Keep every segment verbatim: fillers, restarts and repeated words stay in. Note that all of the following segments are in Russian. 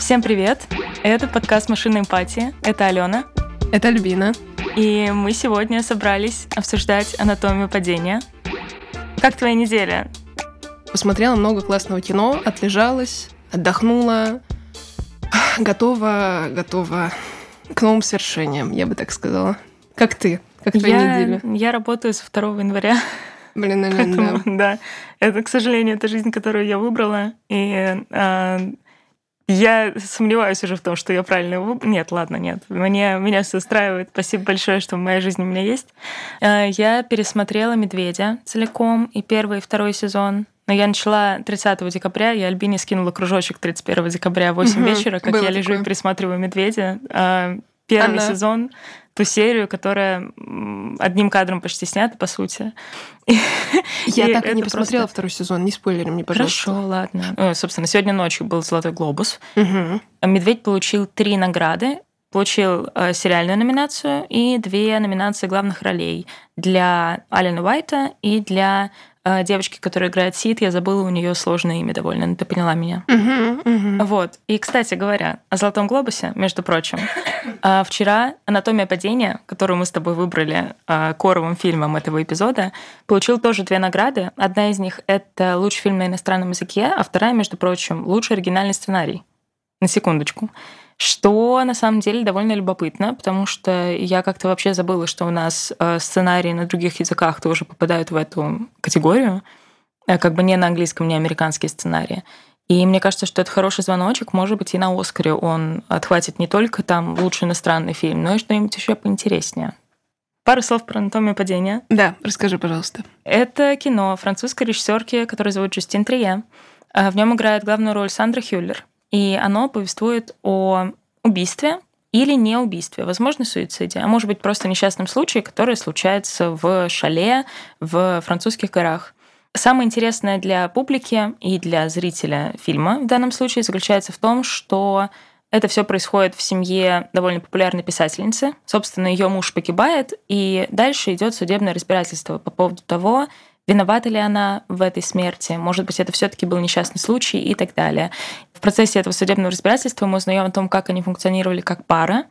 Всем привет! Это подкаст «Машина эмпатии». Это Алена. Это Альбина. И мы сегодня собрались обсуждать анатомию падения. Как твоя неделя? Посмотрела много классного кино, отлежалась, отдохнула, готова, готова к новым свершениям, я бы так сказала. Как ты? Как твоя я, неделя? Я работаю с второго января. Блин, наверное, Поэтому, да. да. Это, к сожалению, это жизнь, которую я выбрала. И э, я сомневаюсь уже в том, что я правильно выбрала. Нет, ладно, нет. Мне, меня все устраивает. Спасибо большое, что в моей жизни у меня есть. Э, я пересмотрела «Медведя» целиком, и первый, и второй сезон. Но я начала тридцатого декабря, я Альбине скинула кружочек тридцать первого декабря в восемь угу, вечера, как я лежу такое. И пересматриваю «Медведя». Э, первый Она... сезон, ту серию, которая одним кадром почти снята, по сути. Я и так и не посмотрела просто... второй сезон, не спойлери мне, пожалуйста. Хорошо, ладно. О, собственно, сегодня ночью был «Золотой глобус». Угу. «Медведь» получил три награды. Получил э, сериальную номинацию и две номинации главных ролей для Алена Уайта и для э, девочки, которая играет Сид. Я забыла у нее сложное имя довольно, но ты поняла меня. Uh-huh, uh-huh. Вот. И, кстати говоря, о «Золотом глобусе», между прочим, э, вчера «Анатомия падения», которую мы с тобой выбрали э, коровым фильмом этого эпизода, получил тоже две награды. Одна из них — это лучший фильм на иностранном языке, а вторая, между прочим, лучший оригинальный сценарий. На секундочку. Что на самом деле довольно любопытно, потому что я как-то вообще забыла, что у нас сценарии на других языках тоже попадают в эту категорию, как бы не на английском, не американские сценарии. И мне кажется, что это хороший звоночек, может быть, и на «Оскаре» он отхватит не только там лучший иностранный фильм, но и что-нибудь еще поинтереснее. Пару слов про «Анатомию падения». Да, расскажи, пожалуйста. Это кино французской режиссерки, которую зовут Жюстин Трие. В нем играет главную роль Сандра Хюллер. И оно повествует о убийстве или не убийстве, возможно, суициде, а может быть, просто несчастном случае, который случается в шале в французских горах. Самое интересное для публики и для зрителя фильма в данном случае заключается в том, что это все происходит в семье довольно популярной писательницы. Собственно, ее муж погибает, и дальше идет судебное разбирательство по поводу того, виновата ли она в этой смерти, может быть, это все-таки был несчастный случай и так далее. В процессе этого судебного разбирательства мы узнаем о том, как они функционировали как пара,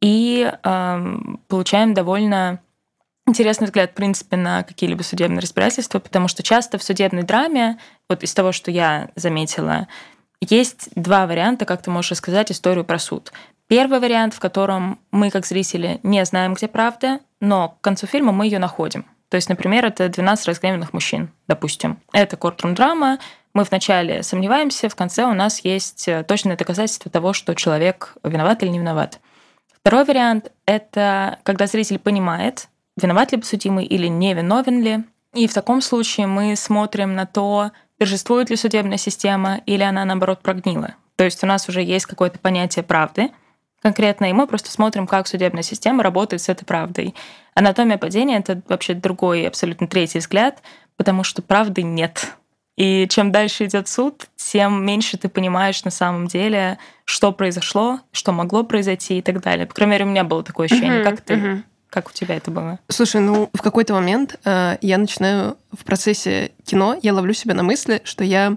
и э, получаем довольно интересный взгляд, в принципе, на какие-либо судебные разбирательства, потому что часто в судебной драме, вот из того, что я заметила, есть два варианта, как ты можешь рассказать историю про суд. Первый вариант, в котором мы, как зрители, не знаем, где правда, но к концу фильма мы ее находим. То есть, например, это «двенадцать разгневанных мужчин», допустим. Это кортрум-драма. Мы вначале сомневаемся, в конце у нас есть точное доказательство того, что человек виноват или не виноват. Второй вариант — это когда зритель понимает, виноват ли подсудимый или не виновен ли. И в таком случае мы смотрим на то, торжествует ли судебная система или она, наоборот, прогнила. То есть у нас уже есть какое-то понятие правды конкретно, и мы просто смотрим, как судебная система работает с этой правдой. «Анатомия падения» — это вообще другой, абсолютно третий взгляд, потому что правды нет. И чем дальше идет суд, тем меньше ты понимаешь на самом деле, что произошло, что могло произойти и так далее. По крайней мере, у меня было такое ощущение. Uh-huh, как ты, uh-huh. как у тебя это было? Слушай, ну в какой-то момент э, я начинаю в процессе кино, я ловлю себя на мысли, что я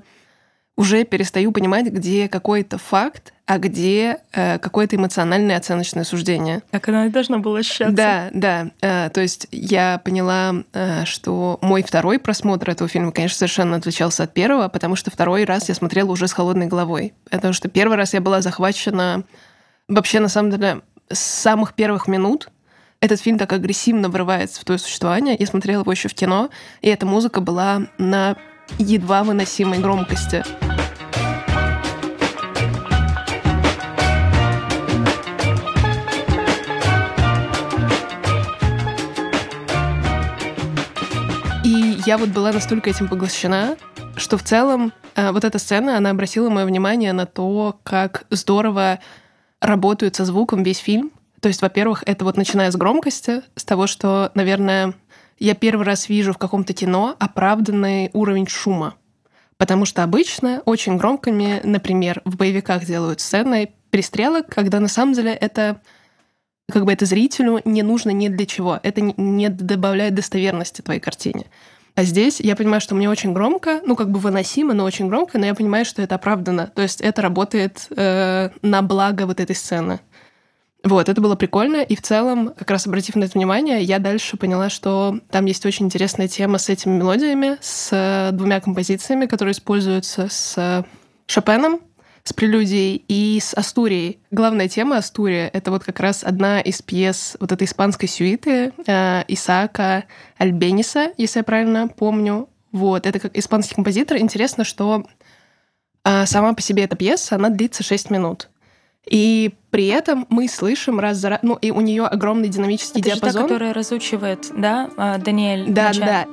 уже перестаю понимать, где какой-то факт, а где э, какое-то эмоциональное оценочное суждение. Как оно и должно было ощущаться. Да, да. Э, то есть я поняла, э, что мой второй просмотр этого фильма, конечно, совершенно отличался от первого, потому что второй раз я смотрела уже с холодной головой. Потому что первый раз я была захвачена вообще, на самом деле, с самых первых минут. Этот фильм так агрессивно врывается в твое существование. Я смотрела его еще в кино, и эта музыка была на едва выносимой громкости. И я вот была настолько этим поглощена, что в целом вот эта сцена, она обратила мое внимание на то, как здорово работают со звуком весь фильм. То есть, во-первых, это вот начиная с громкости, с того, что, наверное, я первый раз вижу в каком-то кино оправданный уровень шума. Потому что обычно очень громкими, например, в боевиках делают сцены перестрелок, когда на самом деле это как бы это зрителю не нужно ни для чего. Это не добавляет достоверности твоей картине. А здесь я понимаю, что мне очень громко, ну, как бы выносимо, но очень громко, но я понимаю, что это оправдано. То есть это работает э, на благо вот этой сцены. Вот, это было прикольно, и в целом, как раз обратив на это внимание, я дальше поняла, что там есть очень интересная тема с этими мелодиями, с двумя композициями, которые используются с Шопеном, с прелюдией и с Астурией. Главная тема Астурия — это вот как раз одна из пьес вот этой испанской сюиты э, Исаака Альбениса, если я правильно помню. Вот, это как испанский композитор. Интересно, что э, сама по себе эта пьеса, она длится шесть минут. И при этом мы слышим раз за раз... Ну, и у нее огромный динамический это диапазон. Это же та, которая разучивает, да, Даниэль? Да, да.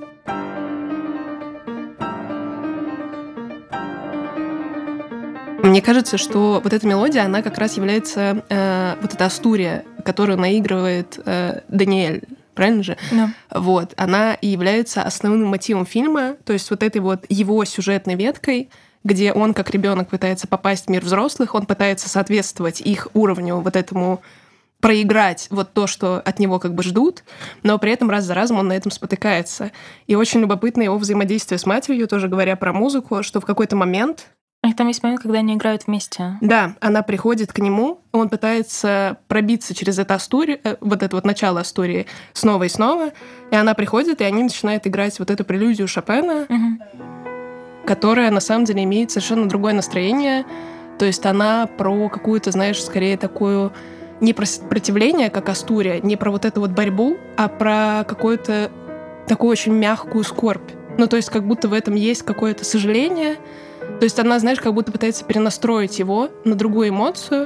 Мне кажется, что вот эта мелодия, она как раз является э, вот эта Астурия, которую наигрывает э, Даниэль, правильно же? Да. Вот, она и является основным мотивом фильма, то есть вот этой вот его сюжетной веткой, где он как ребенок пытается попасть в мир взрослых, он пытается соответствовать их уровню, вот этому проиграть вот то, что от него как бы ждут, но при этом раз за разом он на этом спотыкается. И очень любопытно его взаимодействие с матерью, тоже говоря про музыку, что в какой-то момент... И там есть момент, когда они играют вместе. Да, она приходит к нему, он пытается пробиться через это Астури, вот это вот начало Астурии снова и снова, и она приходит, и они начинают играть вот эту прелюдию Шопена, угу. которая на самом деле имеет совершенно другое настроение. То есть она про какую-то, знаешь, скорее такую не про сопротивление, как Астурия, не про вот эту вот борьбу, а про какую-то такую очень мягкую скорбь. Ну, то есть как будто в этом есть какое-то сожаление. То есть она, знаешь, как будто пытается перенастроить его на другую эмоцию.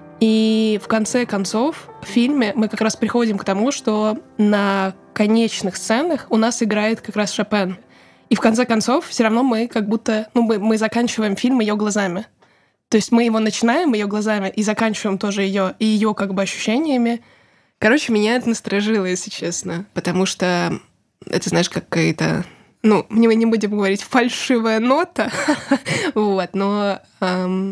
И в конце концов в фильме мы как раз приходим к тому, что на конечных сценах у нас играет как раз Шопен. И в конце концов все равно мы как будто... Ну, мы, мы заканчиваем фильм ее глазами. То есть мы его начинаем ее глазами и заканчиваем тоже ее и ее как бы ощущениями. Короче, меня это насторожило, если честно. Потому что это, знаешь, какая-то... Ну, мы не будем говорить фальшивая нота, вот, но эм,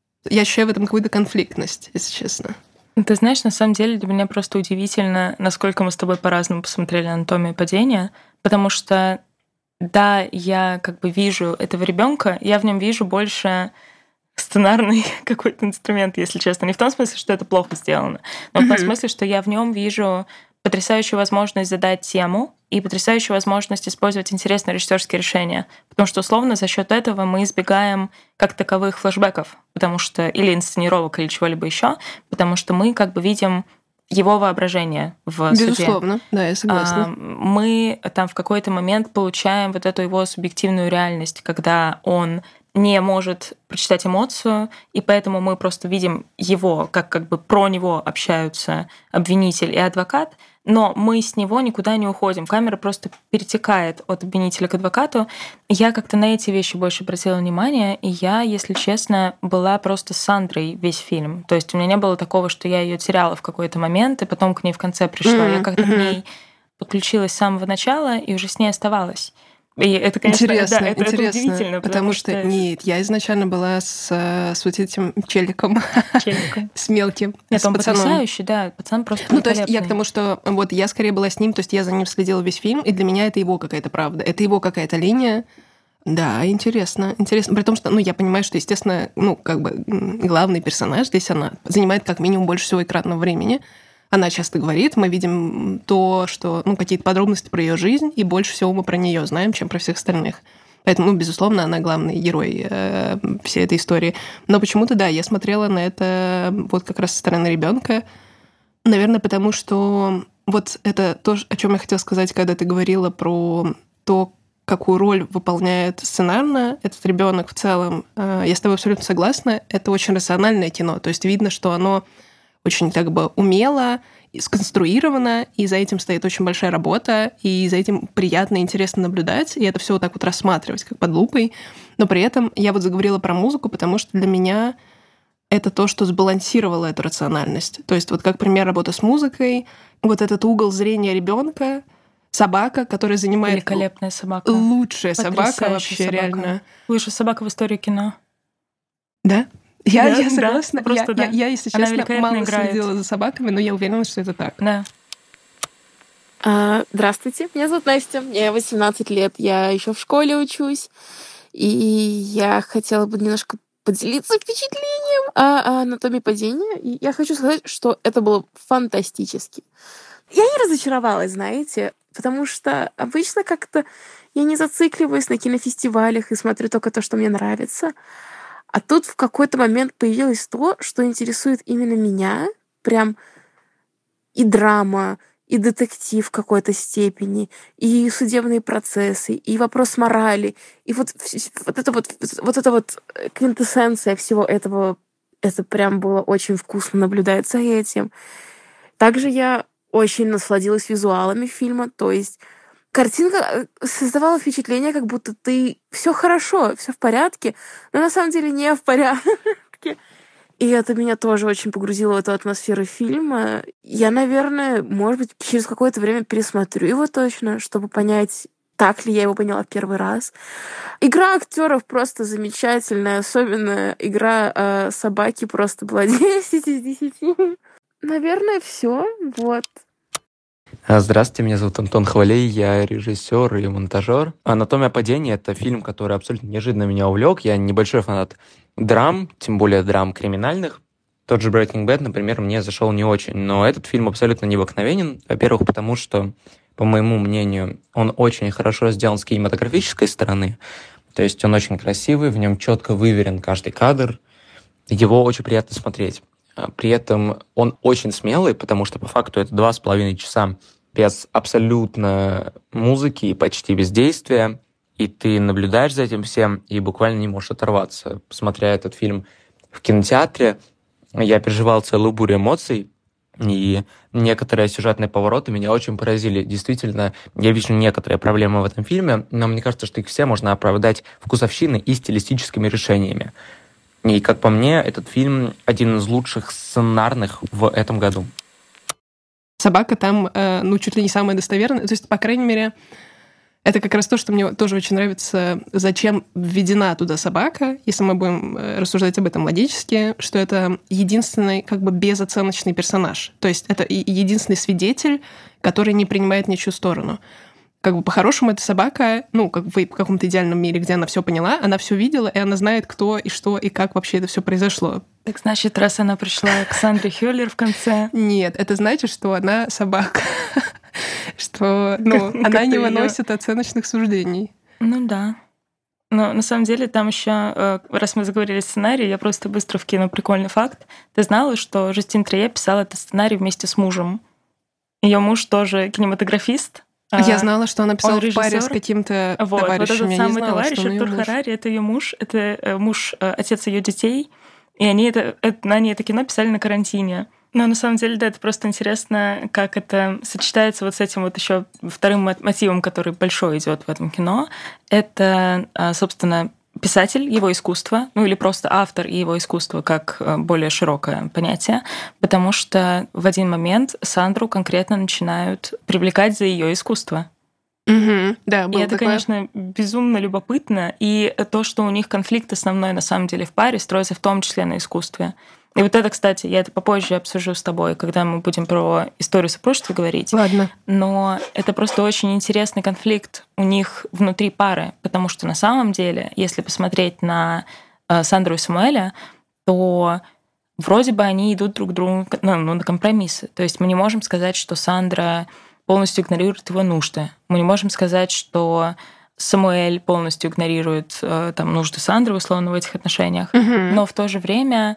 я ощущаю в этом какую-то конфликтность, если честно. Ты знаешь, на самом деле для меня просто удивительно, насколько мы с тобой по-разному посмотрели «Анатомию падения», потому что, да, я как бы вижу этого ребенка, я в нем вижу больше сценарный какой-то инструмент, если честно. Не в том смысле, что это плохо сделано, но mm-hmm. в том смысле, что я в нем вижу потрясающую возможность задать тему и потрясающую возможность использовать интересные режиссерские решения. Потому что, условно, за счет этого мы избегаем как таковых флешбеков, потому что или инсценировок, или чего-либо еще, потому что мы как бы видим его воображение в суде. Безусловно, да, я согласна. Мы там в какой-то момент получаем вот эту его субъективную реальность, когда он не может прочитать эмоцию, и поэтому мы просто видим его, как, как бы про него общаются обвинитель и адвокат, но мы с него никуда не уходим. Камера просто перетекает от обвинителя к адвокату. Я как-то на эти вещи больше обратила внимание, и я, если честно, была просто с Сандрой весь фильм. То есть у меня не было такого, что я ее теряла в какой-то момент, и потом к ней в конце пришла. Mm-hmm. Я как-то к ней подключилась с самого начала и уже с ней оставалась. И это, конечно, интересно, да, это, интересно, это удивительно, потому, потому что... что... Нет, я изначально была с, с вот этим челиком, челиком. с мелким, Нет, с он пацаном. Потрясающий, да, пацан просто Ну, то есть я к тому, что вот я скорее была с ним, то есть я за ним следила весь фильм, и для меня это его какая-то правда, это его какая-то линия. Да, интересно, интересно. При том, что, ну, я понимаю, что, естественно, ну, как бы главный персонаж здесь, она занимает как минимум больше всего экранного времени. Она часто говорит, мы видим то, что, ну, какие-то подробности про ее жизнь, и больше всего мы про нее знаем, чем про всех остальных. Поэтому, ну, безусловно, она главный герой э, всей этой истории. Но почему-то, да, я смотрела на это вот как раз со стороны ребенка. Наверное, потому что вот это то, о чем я хотела сказать, когда ты говорила про то, какую роль выполняет сценарно этот ребенок в целом. Э, я с тобой абсолютно согласна. Это очень рациональное кино. То есть видно, что оно очень как бы умело, сконструировано, и за этим стоит очень большая работа, и за этим приятно и интересно наблюдать, и это все вот так вот рассматривать, как под лупой. Но при этом я вот заговорила про музыку, потому что для меня это то, что сбалансировало эту рациональность. То есть вот как пример работы с музыкой, вот этот угол зрения ребенка, собака, которая занимает... Великолепная собака. Лучшая собака вообще, собака. Реально. Лучшая собака в истории кино. Да? Я, да, я согласна. Да, я, да. я, я, если Она честно, мало играет. следила за собаками, но я уверена, что это так. Да. А, Здравствуйте, меня зовут Настя, мне восемнадцать лет, я еще в школе учусь, и я хотела бы немножко поделиться впечатлением о, о анатомии падения. И я хочу сказать, что это было фантастически. Я не разочаровалась, знаете, потому что обычно как-то я не зацикливаюсь на кинофестивалях и смотрю только то, что мне нравится. А тут в какой-то момент появилось то, что интересует именно меня. Прям и драма, и детектив в какой-то степени, и судебные процессы, и вопрос морали, и вот, вс- вот это вот, вот это вот э, квинтэссенция всего этого. Это прям было очень вкусно наблюдать за этим. Также я очень насладилась визуалами фильма, то есть картинка э, создавала впечатление, как будто ты все хорошо, все в порядке, но на самом деле не в порядке. И это меня тоже очень погрузило в эту атмосферу фильма. Я, наверное, может быть, через какое-то время пересмотрю его точно, чтобы понять, так ли я его поняла в первый раз. Игра актеров просто замечательная, особенно игра э, собаки просто была десять из десяти. Наверное, все. Вот. А, Здравствуйте, меня зовут Антон Хвалей, я режиссер и монтажер. «Анатомия падения» — это фильм, который абсолютно неожиданно меня увлек. Я небольшой фанат драм, тем более драм криминальных. Тот же Breaking Bad, например, мне зашел не очень, но этот фильм абсолютно необыкновенен. Во-первых, потому что, по моему мнению, он очень хорошо сделан с кинематографической стороны. То есть он очень красивый, в нем четко выверен каждый кадр, его очень приятно смотреть. А При этом он очень смелый, потому что по факту это два с половиной часа без абсолютно музыки и почти без действия, и ты наблюдаешь за этим всем и буквально не можешь оторваться. Смотря этот фильм в кинотеатре, я переживал целую бурю эмоций, и некоторые сюжетные повороты меня очень поразили. Действительно, я вижу некоторые проблемы в этом фильме, но мне кажется, что их все можно оправдать вкусовщиной и стилистическими решениями. И, как по мне, этот фильм один из лучших сценарных в этом году. Собака там, э, ну, чуть ли не самая достоверная. То есть, по крайней мере, это как раз то, что мне тоже очень нравится, зачем введена туда собака, если мы будем э, рассуждать об этом логически, что это единственный как бы безоценочный персонаж. То есть это и- единственный свидетель, который не принимает ничью сторону. Как бы по-хорошему эта собака, ну, как в каком-то идеальном мире, где она все поняла, она все видела, и она знает, кто и что, и как вообще это все произошло. Так значит, раз она пришла к Сандре Хюллер в конце... Нет, это значит, что она собака. Что, ну, Как- она как-то не её- выносит оценочных суждений. Ну да. Но на самом деле там еще, раз мы заговорили о сценарии, я просто быстро вкину прикольный факт. Ты знала, что Жюстин Трие писала этот сценарий вместе с мужем? Ее муж тоже кинематографист. Я а, знала, что она писала он в паре с режиссер. каким-то Вот, вот товарищем. этот Я не самый знала, товарищ, что он её Артур муж. Харари, это ее муж, это э, муж, э, отец ее детей, и они это, это, они это кино писали на карантине. Но на самом деле, да, это просто интересно, как это сочетается вот с этим вот еще вторым мо- мотивом, который большой идет в этом кино. Это, а, собственно, писатель, его искусство, ну или просто автор и его искусство как э, более широкое понятие, потому что в один момент Сандру конкретно начинают привлекать за ее искусство. Мгм. Да, И было это, такое. конечно, безумно любопытно. И то, что у них конфликт основной на самом деле в паре, строится в том числе на искусстве. И вот это, кстати, я это попозже обсужу с тобой, когда мы будем про историю супружества говорить. Ладно. Но это просто очень интересный конфликт у них внутри пары, потому что на самом деле, если посмотреть на э, Сандру и Самуэля, то вроде бы они идут друг к другу ну, ну, на компромиссы. То есть мы не можем сказать, что Сандра полностью игнорирует его нужды. Мы не можем сказать, что Самуэль полностью игнорирует э, там, нужды Сандры, условно, в этих отношениях. Мгм. Но в то же время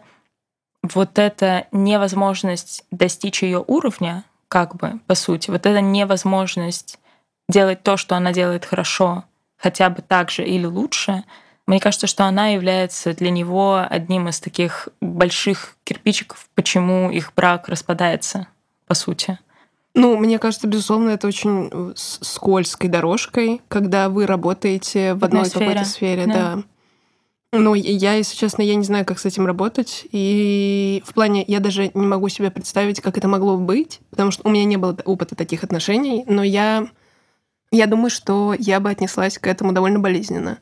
вот эта невозможность достичь ее уровня, как бы, по сути, вот эта невозможность делать то, что она делает хорошо, хотя бы так же или лучше, мне кажется, что она является для него одним из таких больших кирпичиков, почему их брак распадается, по сути. Ну, мне кажется, безусловно, это очень э, с- скользкой дорожкой, когда вы работаете в В одной одной какой-то сфере, сфере, да. да. Ну, я- я, если честно, я не знаю, как с этим работать. И в плане, я даже не могу себе представить, как это могло бы быть, потому что у меня не было опыта таких отношений, но я, я думаю, что я бы отнеслась к этому довольно болезненно.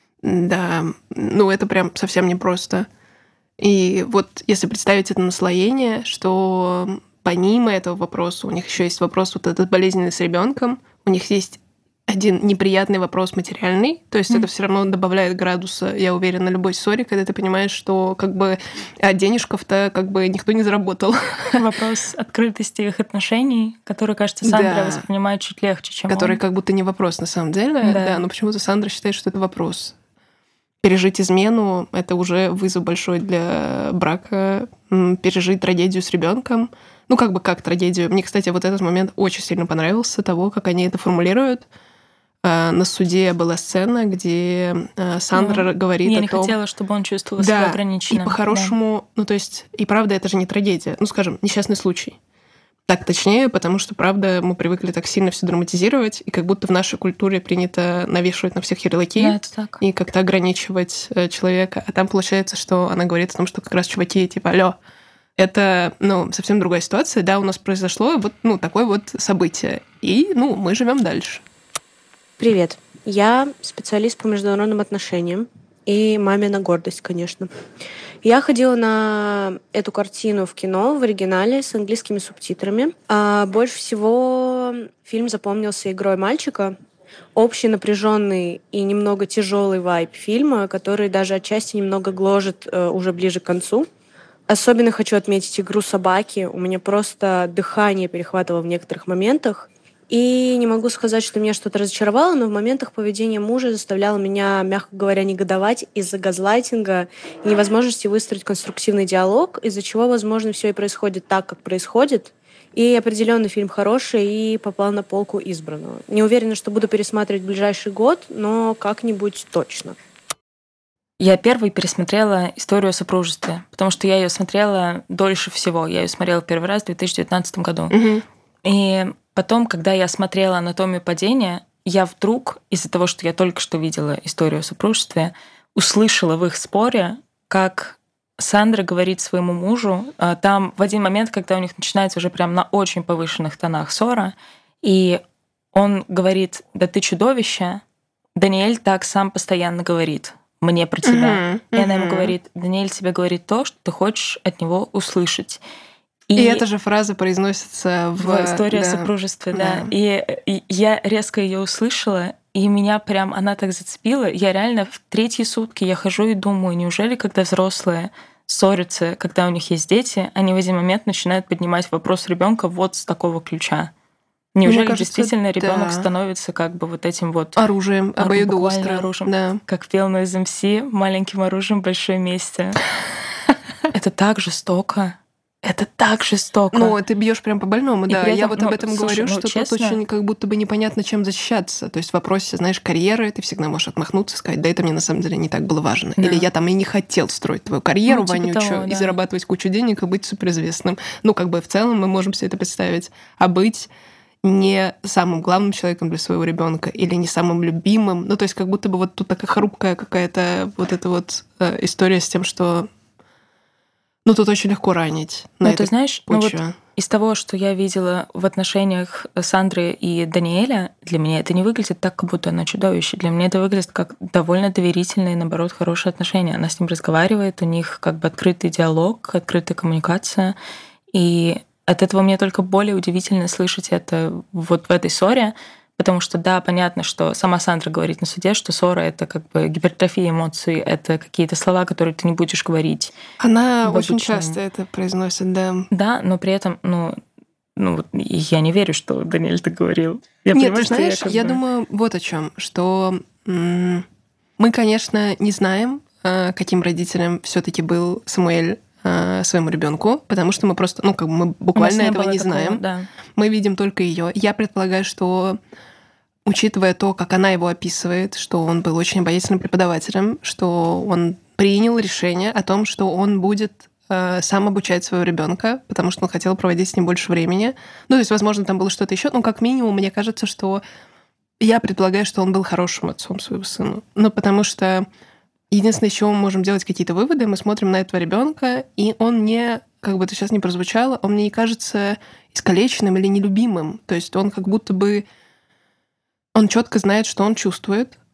Да, ну, это прям совсем непросто. И вот если представить это наслоение, что помимо этого вопроса, у них еще есть вопрос вот этот болезненный с ребенком, у них есть один неприятный вопрос материальный, то есть mm. это все равно добавляет градуса, я уверена, любой ссоре, когда ты понимаешь, что как бы а денежков-то как бы никто не заработал. Вопрос открытости их отношений, который, кажется, Сандра да. воспринимает чуть легче, чем который он. как будто не вопрос на самом деле, да, да, но почему-то Сандра считает, что это вопрос. Пережить измену — это уже вызов большой для брака, пережить трагедию с ребенком. Ну, как бы как трагедию. Мне, кстати, вот этот момент очень сильно понравился, того, как они это формулируют. На суде была сцена, где Сандра ну, говорит я о не том... хотела, чтобы он чувствовал да, себя ограниченным. И по-хорошему... Да. Ну, то есть, и правда, это же не трагедия. Ну, скажем, несчастный случай. Так точнее, потому что, правда, мы привыкли так сильно все драматизировать, и как будто в нашей культуре принято навешивать на всех ярлыки да, это так. И как-то ограничивать человека. А там получается, что она говорит о том, что как раз чуваки, типа, алло, это, ну, совсем другая ситуация. Да, у нас произошло вот, ну, такое вот событие. И, ну, мы живем дальше. Привет. Я специалист по международным отношениям и мамина гордость, конечно. Я ходила на эту картину в кино в оригинале с английскими субтитрами. А больше всего фильм запомнился игрой мальчика. Общий напряженный и немного тяжелый вайб фильма, который даже отчасти немного гложет э, уже ближе к концу. Особенно хочу отметить игру собаки. У меня просто дыхание перехватывало в некоторых моментах. И не могу сказать, что меня что-то разочаровало, но в моментах поведение мужа заставляло меня, мягко говоря, негодовать из-за газлайтинга и невозможности выстроить конструктивный диалог, из-за чего, возможно, все и происходит так, как происходит. И определенно фильм хороший и попал на полку избранного. Не уверена, что буду пересматривать в ближайший год, но как-нибудь точно. Я первой пересмотрела «Историю о супружестве», потому что я ее смотрела дольше всего. Я ее смотрела первый раз в две тысячи девятнадцатом году. Mm-hmm. И потом, когда я смотрела «Анатомию падения», я вдруг, из-за того, что я только что видела «Историю о супружестве», услышала в их споре, как Сандра говорит своему мужу, там в один момент, когда у них начинается уже прям на очень повышенных тонах ссора, и он говорит: «Да ты чудовище». Даниэль так сам постоянно говорит мне про тебя. Mm-hmm. И она ему говорит: «Даниэль тебе говорит то, что ты хочешь от него услышать». И, и эта же фраза произносится в, в «Истории да. о супружестве», да. да. И, и я резко ее услышала, и меня прям она так зацепила. Я реально в третьи сутки я хожу и думаю, неужели, когда взрослые ссорятся, когда у них есть дети, они в один момент начинают поднимать вопрос ребенка вот с такого ключа? Неужели кажется, действительно ребенок да. становится как бы вот этим вот оружием, обоюдоострым, оружием, да. как пел Нойз эм си, маленьким оружием большое месте. Это так жестоко. Это так жестоко. Ну, ты бьешь прям по больному, да. Этом, я вот ну, об этом слушай, говорю, ну, что честно, тут очень как будто бы непонятно, чем защищаться. То есть в вопросе, знаешь, карьеры ты всегда можешь отмахнуться, сказать: да это мне на самом деле не так было важно. Да. Или я там и не хотел строить твою карьеру ну, типа вонючую того, да. и зарабатывать кучу денег и быть суперизвестным. Ну, как бы в целом мы можем себе это представить. А быть не самым главным человеком для своего ребенка или не самым любимым. Ну, то есть как будто бы вот тут такая хрупкая какая-то вот эта вот э, история с тем, что ну, тут очень легко ранить. Ну, ты знаешь, ну, вот из того, что я видела в отношениях Сандры и Даниэля, для меня это не выглядит так, как будто она чудовище. Для меня это выглядит как довольно доверительные, наоборот, хорошие отношения. Она с ним разговаривает, у них как бы открытый диалог, открытая коммуникация. И от этого мне только более удивительно слышать это вот в этой ссоре, потому что, да, понятно, что сама Сандра говорит на суде, что ссора — это как бы гипертрофия эмоций, это какие-то слова, которые ты не будешь говорить. Она очень часто это произносит, да. Да, но при этом, ну, ну я не верю, что Даниэль так говорил. Я Нет, понимаю, ты знаешь, я, я бы... думаю вот о чем, что м- мы, конечно, не знаем, каким родителем все-таки был Самуэль своему ребенку, потому что мы просто, ну, как бы мы буквально этого не такого, знаем. Да. Мы видим только ее. Я предполагаю, что, учитывая то, как она его описывает, что он был очень обаятельным преподавателем, что он принял решение о том, что он будет э, сам обучать своего ребенка, потому что он хотел проводить с ним больше времени. Ну, то есть, возможно, там было что-то еще, но как минимум, мне кажется, что я предполагаю, что он был хорошим отцом своего сына. Ну, потому что единственное, из чего мы можем делать какие-то выводы, мы смотрим на этого ребенка, и он не, как бы это сейчас не прозвучало, он мне не кажется искалеченным или нелюбимым. То есть он как будто бы... Он четко знает, что он чувствует,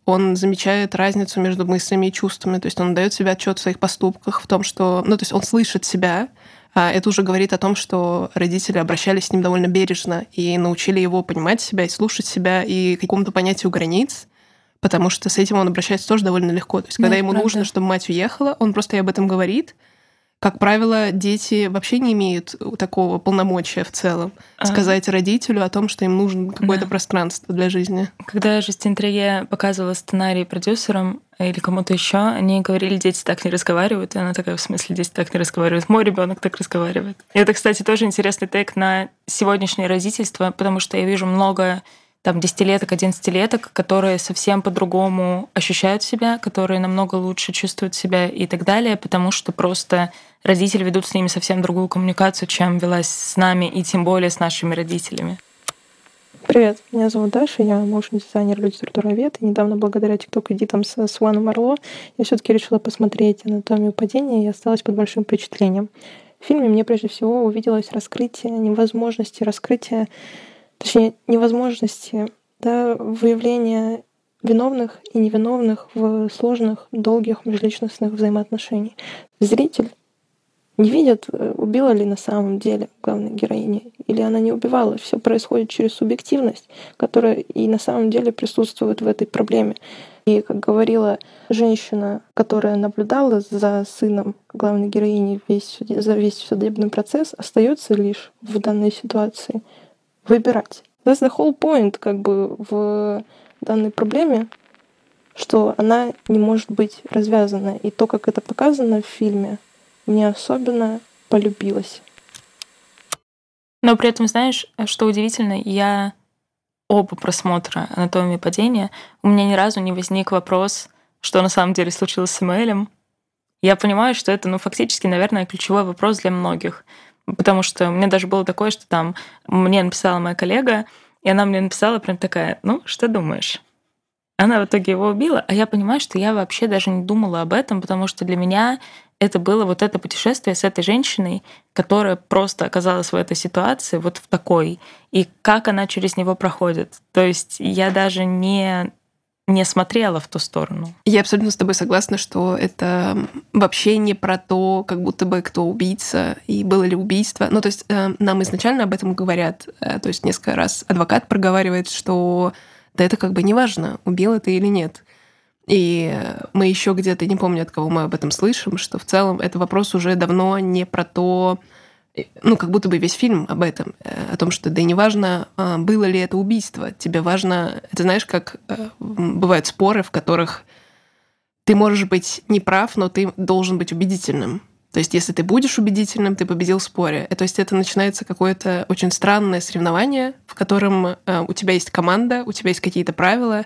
он замечает разницу между мыслями и чувствами, то есть он дает себе отчет в своих поступках, в том, что... Ну, то есть он слышит себя, а это уже говорит о том, что родители обращались с ним довольно бережно и научили его понимать себя и слушать себя и какому-то понятию границ, потому что с этим он обращается тоже довольно легко. То есть, когда Да, ему правда. нужно, чтобы мать уехала, он просто ей об этом говорит. Как правило, дети вообще не имеют такого полномочия в целом А. сказать родителю о том, что им нужно какое-то Да. пространство для жизни. Когда Жюстин Трие показывала сценарий продюсерам или кому-то еще, они говорили, дети так не разговаривают. И она такая, в смысле, дети так не разговаривают? Мой ребенок так разговаривает. И это, кстати, тоже интересный тейк на сегодняшнее родительство, потому что я вижу много там десятилеток, одиннадцатилеток, которые совсем по-другому ощущают себя, которые намного лучше чувствуют себя и так далее, потому что просто родители ведут с ними совсем другую коммуникацию, чем велась с нами и тем более с нашими родителями. Привет, меня зовут Даша, я моушн дизайнер, литературовед, и недавно благодаря TikTok-эдитам с Суаном Марло я все-таки решила посмотреть «Анатомию падения» и осталась под большим впечатлением. В фильме мне прежде всего увиделось раскрытие невозможности раскрытия, точнее, невозможности да, выявления виновных и невиновных в сложных, долгих межличностных взаимоотношениях. Зритель не видит, убила ли на самом деле главная героиня, или она не убивала. Все происходит через субъективность, которая и на самом деле присутствует в этой проблеме. И, как говорила женщина, которая наблюдала за сыном главной героини весь, за весь судебный процесс, остается лишь в данной ситуации выбирать. That's the whole point как бы в данной проблеме, что она не может быть развязана. И то, как это показано в фильме, мне особенно полюбилось. Но при этом, знаешь, что удивительно, я оба просмотра «Анатомии падения» у меня ни разу не возник вопрос, что на самом деле случилось с Эммануэлем. Я понимаю, что это, ну, фактически, наверное, ключевой вопрос для многих. Потому что у меня даже было такое, что там мне написала моя коллега, и она мне написала прям такая: ну, что думаешь? Она в итоге его убила, а я понимаю, что я вообще даже не думала об этом, потому что для меня это было вот это путешествие с этой женщиной, которая просто оказалась в этой ситуации, вот в такой, и как она через него проходит. То есть я даже не, не смотрела в ту сторону. Я абсолютно с тобой согласна, что это вообще не про то, как будто бы кто убийца и было ли убийство. Ну, то есть нам изначально об этом говорят, то есть несколько раз адвокат проговаривает, что да это как бы неважно, убил это или нет. И мы еще где-то, не помню, от кого мы об этом слышим, что в целом это вопрос уже давно не про то, ну, как будто бы весь фильм об этом, о том, что да и неважно, было ли это убийство, тебе важно, это знаешь, как бывают споры, в которых ты можешь быть неправ, но ты должен быть убедительным. То есть если ты будешь убедительным, ты победил в споре. То есть это начинается какое-то очень странное соревнование, в котором у тебя есть команда, у тебя есть какие-то правила,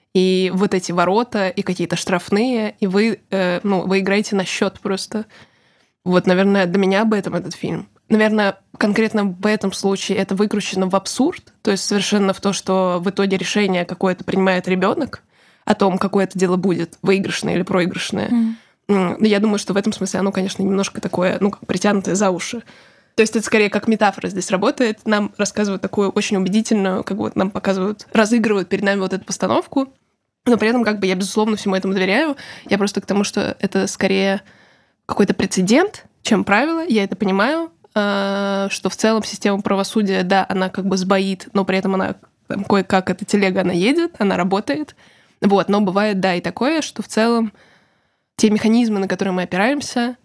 и вот эти ворота, и какие-то штрафные, и вы, э, ну, вы играете на счет просто. Вот, наверное, для меня об этом этот фильм. Наверное, конкретно в этом случае это выкручено в абсурд, то есть совершенно в то, что в итоге решение какое-то принимает ребенок о том, какое это дело будет, выигрышное или проигрышное. Mm. Я думаю, что в этом смысле оно, конечно, немножко такое, ну, как притянутое за уши. То есть это скорее как метафора здесь работает. Нам рассказывают такую очень убедительную, как вот нам показывают, разыгрывают перед нами вот эту постановку. Но при этом как бы я, безусловно, всему этому доверяю. Я просто к тому, что это скорее какой-то прецедент, чем правило. Я это понимаю, что в целом система правосудия, да, она как бы сбоит, но при этом она там, кое-как, эта телега, она едет, она работает. Вот, но бывает, да, и такое, что в целом те механизмы, на которые мы опираемся,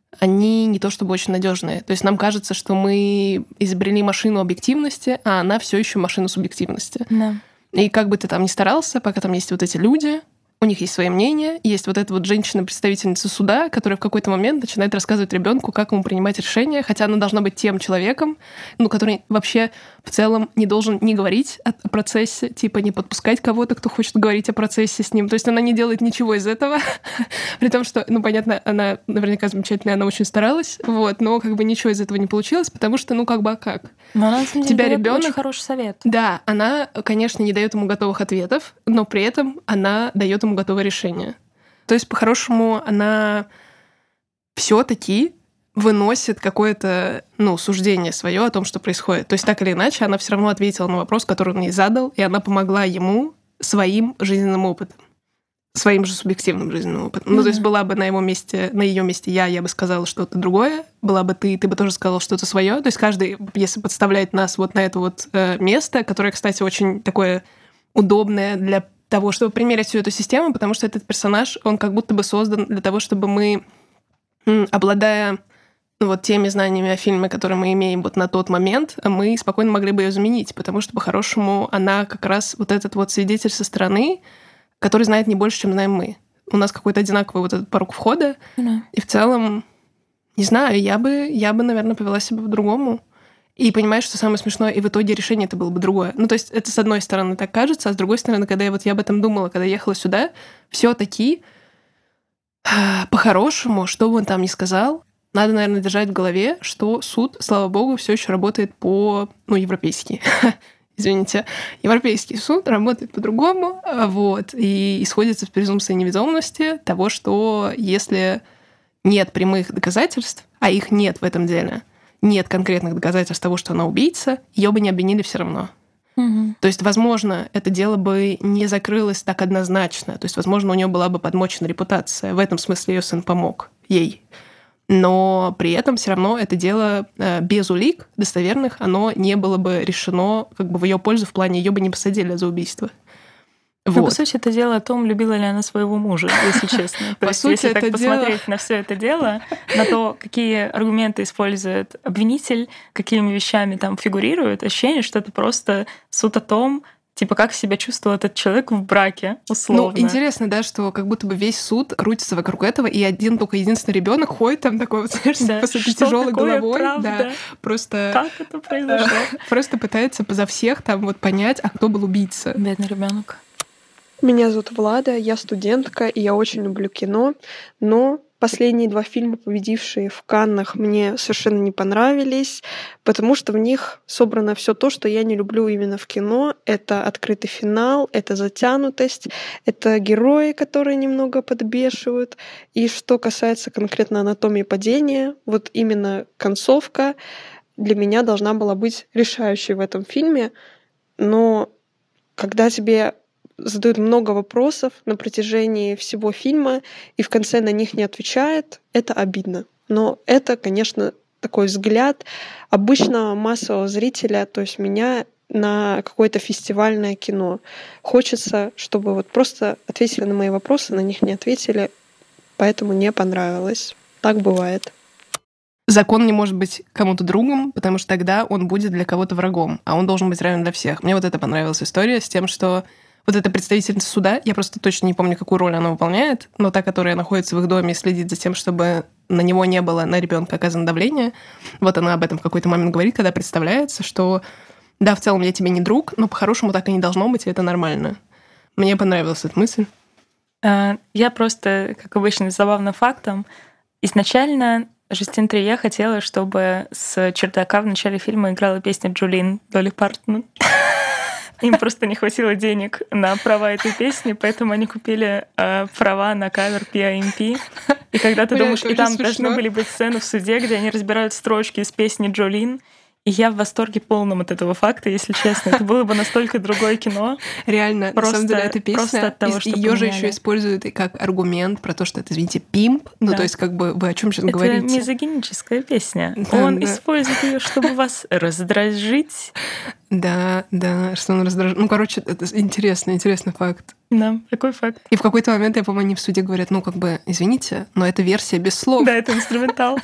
они не то чтобы очень надежные. То есть нам кажется, что мы изобрели машину объективности, а она все еще машина субъективности. Да. И как бы ты там ни старался, пока там есть вот эти люди, у них есть свои мнения, есть вот эта вот женщина-представительница суда, которая в какой-то момент начинает рассказывать ребенку, как ему принимать решения, хотя она должна быть тем человеком, ну, который вообще в целом не должен не говорить о, о процессе, типа не подпускать кого-то, кто хочет говорить о процессе с ним. То есть она не делает ничего из этого, при том, что, ну, понятно, она наверняка замечательная, она очень старалась, вот, но как бы ничего из этого не получилось, потому что, ну, как бы, а как? Но она, на самом деле, Тебя дает ребенок, очень хороший совет. Да, она, конечно, не дает ему готовых ответов, но при этом она дает ему готовое решение. То есть, по-хорошему, она все-таки выносит какое-то, ну, суждение свое о том, что происходит. То есть, так или иначе, она все равно ответила на вопрос, который он ей задал, и она помогла ему своим жизненным опытом. своим же субъективным жизненным опытом. Mm-hmm. Ну, то есть была бы на его месте, на ее месте я, я бы сказала что-то другое, была бы ты, ты бы тоже сказала что-то свое. То есть каждый, если подставлять нас вот на это вот э, место, которое, кстати, очень такое удобное для того, чтобы примерить всю эту систему, потому что этот персонаж, он как будто бы создан для того, чтобы мы, м, обладая ну, вот теми знаниями о фильме, которые мы имеем вот на тот момент, мы спокойно могли бы ее заменить, потому что, по-хорошему, она как раз вот этот вот свидетель со стороны, который знает не больше, чем знаем мы. У нас какой-то одинаковый вот этот порог входа, Да. и в целом, не знаю, я бы, я бы, наверное, повела себя по-другому. И понимаешь, что самое смешное, и в итоге решение это было бы другое. Ну, то есть это с одной стороны так кажется, а с другой стороны, когда я вот я об этом думала, когда я ехала сюда, все-таки по-хорошему, что бы он там ни сказал, надо, наверное, держать в голове, что суд, слава богу, все еще работает по, ну, европейски. Извините, европейский суд работает по-другому, вот, и исходится в презумпции невиновности того, что если нет прямых доказательств, а их нет в этом деле, нет конкретных доказательств того, что она убийца, ее бы не обвинили все равно. Угу. То есть, возможно, это дело бы не закрылось так однозначно. То есть, возможно, у нее была бы подмочена репутация. В этом смысле ее сын помог ей. Но при этом все равно это дело без улик достоверных, оно не было бы решено как бы в ее пользу, в плане ее бы не посадили за убийство. Ну, Вот. по сути, это дело о том, любила ли она своего мужа, если честно. То По есть, сути, если это так дело- посмотреть на все это дело, на то, какие аргументы использует обвинитель, какими вещами там фигурирует, ощущение, что это просто суд о том, типа, как себя чувствовал этот человек в браке, условно. Ну, интересно, да, что как будто бы весь суд крутится вокруг этого, и один только единственный ребенок ходит там такой, вот, знаешь, Да, с этой что тяжелой такое головой, правда? да, просто, Как это произошло? просто пытается поза всех там вот понять, а кто был убийца. Бедный ребенок. Меня зовут Влада, я студентка, и я очень люблю кино, но последние два фильма, победившие в Каннах, мне совершенно не понравились, потому что в них собрано все то, что я не люблю именно в кино. Это открытый финал, это затянутость, это герои, которые немного подбешивают. И что касается конкретно анатомии падения, вот именно концовка для меня должна была быть решающей в этом фильме, но когда тебе задают много вопросов на протяжении всего фильма, и в конце на них не отвечает, это обидно. Но это, конечно, такой взгляд обычного массового зрителя, то есть меня на какое-то фестивальное кино. Хочется, чтобы вот просто ответили на мои вопросы, на них не ответили, поэтому не понравилось. Так бывает. Закон не может быть кому-то другом, потому что тогда он будет для кого-то врагом, а он должен быть равен для всех. Мне вот это понравилась история с тем, что вот эта представительница суда, я просто точно не помню, какую роль она выполняет, но та, которая находится в их доме и следит за тем, чтобы на него не было, на ребенка оказано давление, вот она об этом в какой-то момент говорит, когда представляется, что да, в целом я тебе не друг, но по-хорошему так и не должно быть, и это нормально. Мне понравилась эта мысль. Я просто, как обычно, с забавным фактом, изначально Жюстин Трие хотела, чтобы с чердака в начале фильма играла песня Джолин Долли Партон. Им просто не хватило денег на права этой песни, поэтому они купили э, права на кавер пи ай эм пи. И когда ты Бля, думаешь, это и там очень должны смешно. были быть сцены в суде, где они разбирают строчки из песни Джолин. И я в восторге полном от этого факта, если честно. Это было бы настолько другое кино. Реально, Просто- на самом деле, эта просто песня, от того, и- что ее же поменяли. еще используют и как аргумент про то, что это, извините, пимп. Ну, Да. то есть, как бы, вы о чем сейчас Это говорите? мизогиническая песня. Да, Он да. использует ее, чтобы вас раздражить. Да, да, что он раздражен. Ну, короче, это интересный, интересный факт. Да, такой факт. И в какой-то момент, я помню, они в суде говорят, ну, как бы, извините, но это версия без слов. Да, это инструментал.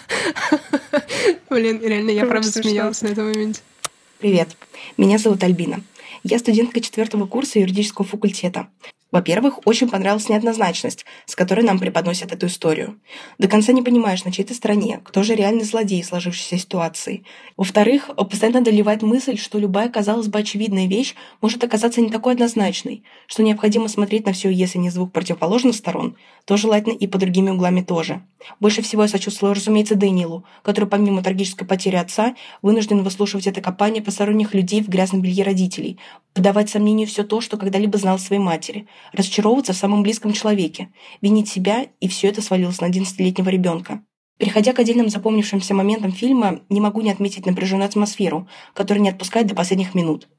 Блин, реально, я Это правда очень смешно. смеялась на этом моменте. Привет, меня зовут Альбина. Я студентка четвертого курса юридического факультета. Во-первых, очень понравилась неоднозначность, с которой нам преподносят эту историю. До конца не понимаешь, на чьей-то стороне, кто же реальный злодей в сложившейся ситуации. Во-вторых, постоянно доливает мысль, что любая, казалось бы, очевидная вещь может оказаться не такой однозначной, что необходимо смотреть на все, если не с двух противоположных сторон, то желательно и по другими углами тоже. Больше всего я сочувствовала, разумеется, Дэниелу, который помимо трагической потери отца вынужден выслушивать это копание посторонних людей в грязном белье родителей, подавать сомнению все то, что когда-либо знал своей матери, разочаровываться в самом близком человеке, винить себя, и все это свалилось на одиннадцатилетнего ребенка. Переходя к отдельным запомнившимся моментам фильма, не могу не отметить напряженную атмосферу, которая не отпускает до последних минут.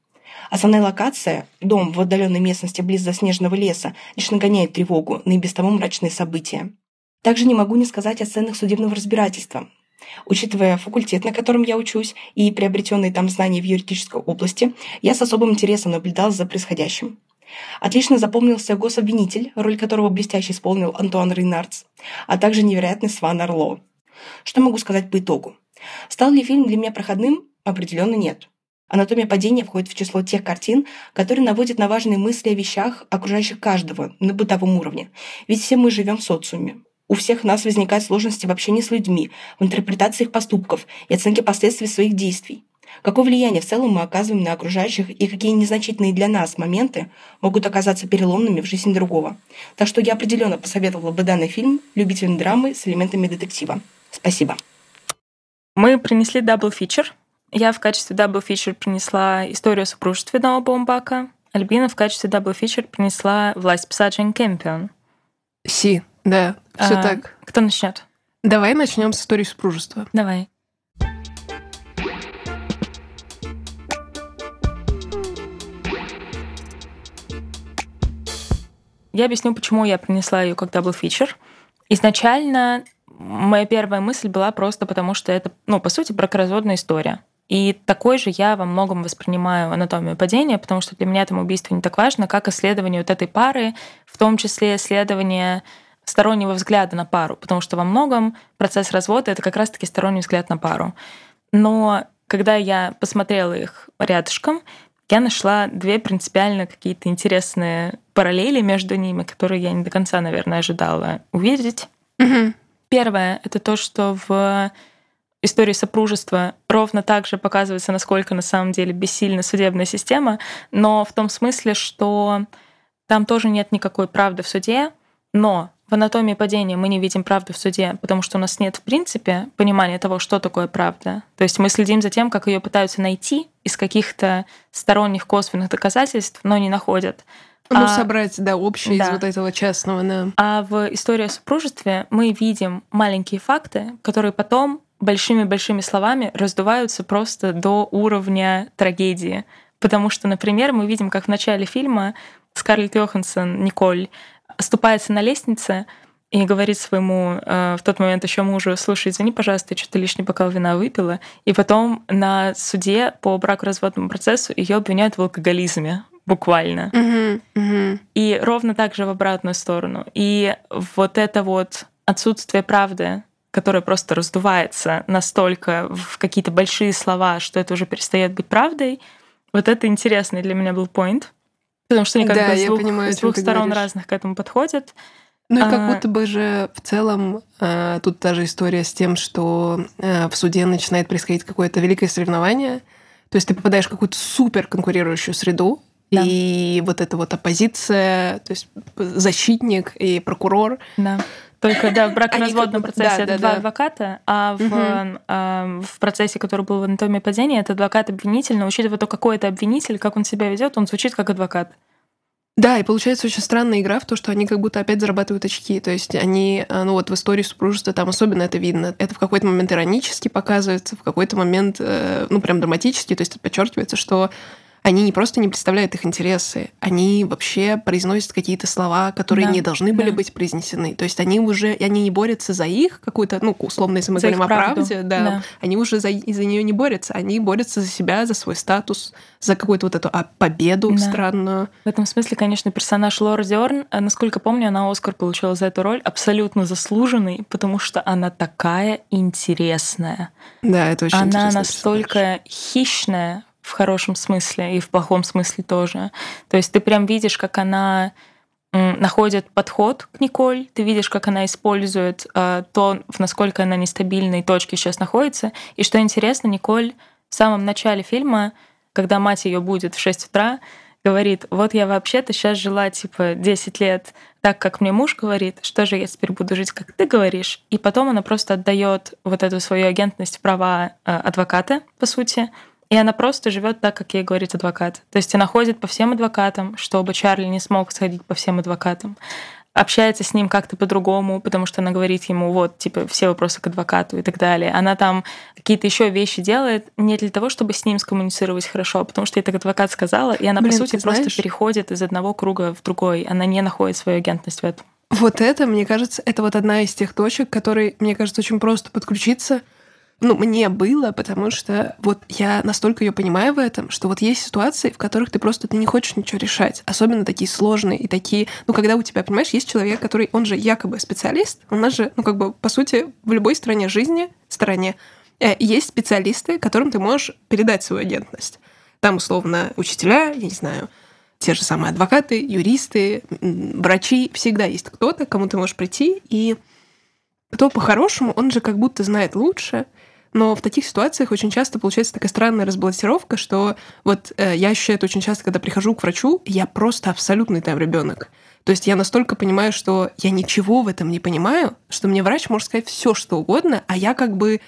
Основная локация, дом в отдаленной местности близ заснеженного леса, лишь нагоняет тревогу на и без того мрачные события. Также не могу не сказать о сценах судебного разбирательства. Учитывая факультет, на котором я учусь, и приобретенные там знания в юридической области, я с особым интересом наблюдала за происходящим. Отлично запомнился гособвинитель, роль которого блестяще исполнил Антуан Рейнардс, а также невероятный Сван Орло. Что могу сказать по итогу? Стал ли фильм для меня проходным? Определенно нет. «Анатомия падения» входит в число тех картин, которые наводят на важные мысли о вещах, окружающих каждого, на бытовом уровне. Ведь все мы живем в социуме. У всех нас возникают сложности в общении с людьми, в интерпретации их поступков и оценке последствий своих действий. Какое влияние в целом мы оказываем на окружающих и какие незначительные для нас моменты могут оказаться переломными в жизни другого. Так что я определенно посоветовала бы данный фильм любителям драмы с элементами детектива. Спасибо. Мы принесли дабл-фичер. Я в качестве дабл-фичер принесла «Историю о супружестве» Ноа Баумбака. Альбина в качестве дабл-фичер принесла «Власть пса Джейн Кэмпион». Си, да, все А, так. Кто начнет? Давай начнем с истории супружества. Давай. Я объясню, почему я принесла ее как дабл-фичер. Изначально моя первая мысль была просто потому, что это, ну, по сути, бракоразводная история. И такой же я во многом воспринимаю «Анатомию падения», потому что для меня там убийство не так важно, как исследование вот этой пары, в том числе исследование стороннего взгляда на пару, потому что во многом процесс развода — это как раз-таки сторонний взгляд на пару. Но когда я посмотрела их рядышком, я нашла две принципиально какие-то интересные параллели между ними, которые я не до конца, наверное, ожидала увидеть. Угу. Первое — это то, что в истории супружества ровно так же показывается, насколько на самом деле бессильна судебная система, но в том смысле, что там тоже нет никакой правды в суде, но в «Анатомии падения» мы не видим правду в суде, потому что у нас нет, в принципе, понимания того, что такое правда. То есть мы следим за тем, как ее пытаются найти из каких-то сторонних косвенных доказательств, но не находят. Ну, а, собрать, да, общее да. из вот этого частного, да. А в истории о супружестве мы видим маленькие факты, которые потом большими-большими словами раздуваются просто до уровня трагедии. Потому что, например, мы видим, как в начале фильма Скарлетт Йоханссон, Николь, оступается на лестнице и говорит своему э, в тот момент еще мужу: слушай, извини, пожалуйста, я что-то лишний бокал вина выпила. И потом на суде по бракоразводному процессу ее обвиняют в алкоголизме. Буквально. Угу, угу. И ровно так же в обратную сторону. И вот это вот отсутствие правды, которое просто раздувается настолько в какие-то большие слова, что это уже перестает быть правдой, вот это интересный для меня был поинт. Потому что они как Да, бы с я двух, понимаю, с о чём двух ты сторон говоришь. разных к этому подходят. Ну и А, как будто бы же в целом э, тут та же история с тем, что э, в суде начинает происходить какое-то великое соревнование. То есть ты попадаешь в какую-то супер конкурирующую среду, Да. и вот эта вот оппозиция, то есть защитник и прокурор. Да. Только да, в бракоразводном Они как бы- процессе да, это да, два да. адвоката, а в, Мгм. а, в процессе, который был в «Анатомии падения», это адвокат-обвинитель, но учитывая то, какой это обвинитель, как он себя ведет, он звучит как адвокат. Да, и получается очень странная игра в то, что они как будто опять зарабатывают очки. То есть они, а, ну вот в истории супружества там особенно это видно. Это в какой-то момент иронически показывается, в какой-то момент, э, ну прям драматически. То есть это подчеркивается, что они не просто не представляют их интересы, они вообще произносят какие-то слова, которые Да, не должны были да. быть произнесены. То есть они уже, они не борются за их какую-то, ну, условно, если мы За говорим их о правду, правде, да, да. они уже за, из-за нее не борются, они борются за себя, за свой статус, за какую-то вот эту а, победу Да. странную. В этом смысле, конечно, персонаж Лора Дёрн, э, насколько помню, она Оскар получила за эту роль, абсолютно заслуженный, потому что она такая интересная. Да, это очень Она интересный настолько хищная в хорошем смысле и в плохом смысле тоже. То есть ты прям видишь, как она м, находит подход к Николь, ты видишь, как она использует э, то, в насколько она нестабильной точке сейчас находится. И что интересно, Николь в самом начале фильма, когда мать ее будет в шесть утра, говорит: вот я вообще-то сейчас жила типа десять лет так, как мне муж говорит, что же я теперь буду жить, как ты говоришь. И потом она просто отдает вот эту свою агентность в права э, адвоката, по сути, и она просто живет так, как ей говорит адвокат. То есть она ходит по всем адвокатам, чтобы Чарли не смог сходить по всем адвокатам. общается с ним как-то по-другому, потому что она говорит ему, вот, типа, все вопросы к адвокату и так далее. Она там какие-то еще вещи делает не для того, чтобы с ним скоммуницировать хорошо, а потому что ей так адвокат сказала, и она, Блин, по сути, просто знаешь... переходит из одного круга в другой. Она не находит свою агентность в этом. Вот это, мне кажется, это вот одна из тех точек, которой, мне кажется, очень просто подключиться. Ну, мне было, потому что вот я настолько ее понимаю в этом, что вот есть ситуации, в которых ты просто ты не хочешь ничего решать. Особенно такие сложные и такие... Ну, когда у тебя, понимаешь, есть человек, который... Он же якобы специалист. У нас же, ну, как бы, по сути, в любой стране жизни, стране, э, есть специалисты, которым ты можешь передать свою агентность. Там, условно, учителя, я не знаю, те же самые адвокаты, юристы, врачи. Всегда есть кто-то, к кому ты можешь прийти, и кто по-хорошему, он же как будто знает лучше. Но в таких ситуациях очень часто получается такая странная разбалансировка, что вот э, я ощущаю это очень часто, когда прихожу к врачу, я просто абсолютный там ребенок. То есть я настолько понимаю, что я ничего в этом не понимаю, что мне врач может сказать все, что угодно, а я как бы...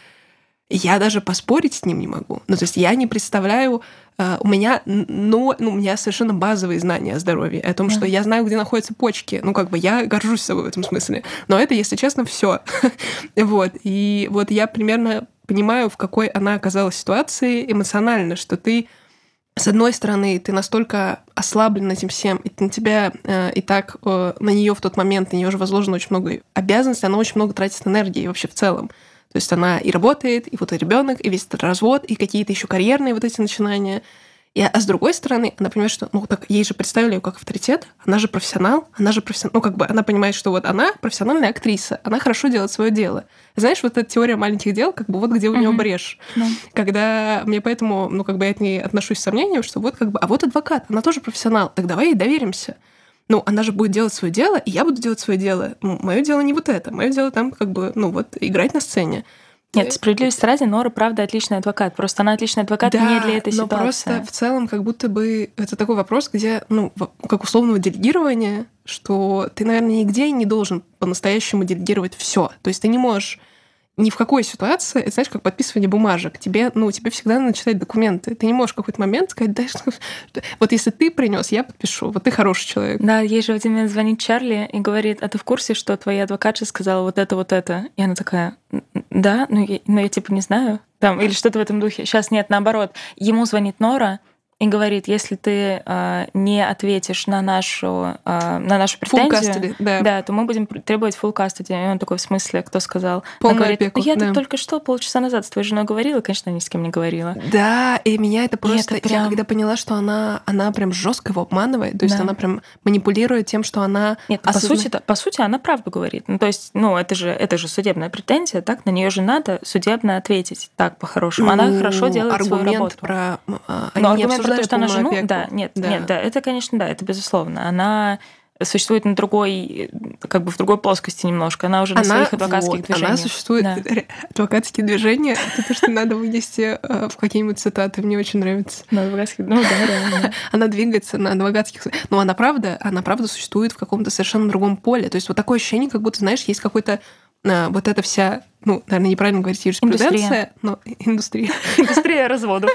Я даже поспорить с ним не могу. Ну, то есть я не представляю... Uh, у меня, но, ну, у меня совершенно базовые знания о здоровье, о том, mm. что я знаю, где находятся почки. Ну, как бы я горжусь собой в этом смысле. Но это, если честно, все. Вот. И вот я примерно понимаю, в какой она оказалась ситуации эмоционально, что ты, с одной стороны, ты настолько ослаблен этим всем, и на тебя э, и так э, на нее в тот момент, на нее уже возложено очень много обязанностей, она очень много тратит энергии вообще в целом. То есть она и работает, и вот и ребенок, и весь этот развод, и какие-то еще карьерные вот эти начинания. И, а с другой стороны, она понимает, что, ну, так ей же представили ее как авторитет, она же профессионал, она же профессионал, ну, как бы она понимает, что вот она профессиональная актриса, она хорошо делает свое дело. Знаешь, вот эта теория маленьких дел, как бы вот где у нее брешь. Mm-hmm. Когда мне поэтому, ну, как бы я к ней отношусь с сомнением, что вот как бы, а вот адвокат, она тоже профессионал, так давай ей доверимся. Ну, она же будет делать свое дело, и я буду делать свое дело. Ну, мое дело не вот это. Мое дело там, как бы, ну, вот, играть на сцене. Нет, справедливости ради, Нора, правда, отличный адвокат. Просто она отличный адвокат да, не для этой но ситуации. Просто в целом как будто бы это такой вопрос, где, ну, как условного делегирования, что ты, наверное, нигде не должен по-настоящему делегировать все. То есть ты не можешь ни в какой ситуации, это, знаешь, как подписывание бумажек. Тебе, ну, тебе всегда надо читать документы. Ты не можешь в какой-то момент сказать, да, что... вот если ты принес, я подпишу. Вот ты хороший человек. Да, ей же в один момент звонит Чарли и говорит, а ты в курсе, что твоя адвокатша сказала вот это, вот это? И она такая, да, ну я, ну, я типа не знаю. Там, или что-то в этом духе. Сейчас нет, наоборот. Ему звонит Нора и говорит, если ты э, не ответишь на нашу, э, на нашу претензию, full custody, да. да, то мы будем требовать full custody. И он такой, в смысле, кто сказал? Полную Она говорит, опеку, я да. тут только что, полчаса назад с твоей женой говорила, конечно, ни с кем не говорила. Да, и меня это просто... это прям... Я когда поняла, что она, она прям жестко его обманывает, то есть да. она прям манипулирует тем, что она... Нет, осозна... по, сути, по сути, она правду говорит. Ну, то есть, ну, это же, это же судебная претензия, так? На нее же надо судебно ответить, так, по-хорошему. Она ну, хорошо делает свою работу. Про... Но аргумент про то, что она жену... Да, нет, да. нет, да, это, конечно, да, это безусловно. Она существует на другой, как бы в другой плоскости немножко. Она уже на она, своих адвокатских вот, движениях. Она существует... Да. Адвокатские движения — это то, что надо вынести в какие-нибудь цитаты. Мне очень нравится. На адвокатских... Ну да, реально. Она двигается на адвокатских... Но она правда, она правда существует в каком-то совершенно другом поле. То есть вот такое ощущение, как будто, знаешь, есть какой-то а, вот эта вся, ну, наверное, неправильно говорить, юриспруденция, но индустрия. Индустрия разводов.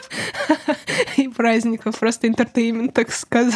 И праздников, просто интертеймент, так сказать.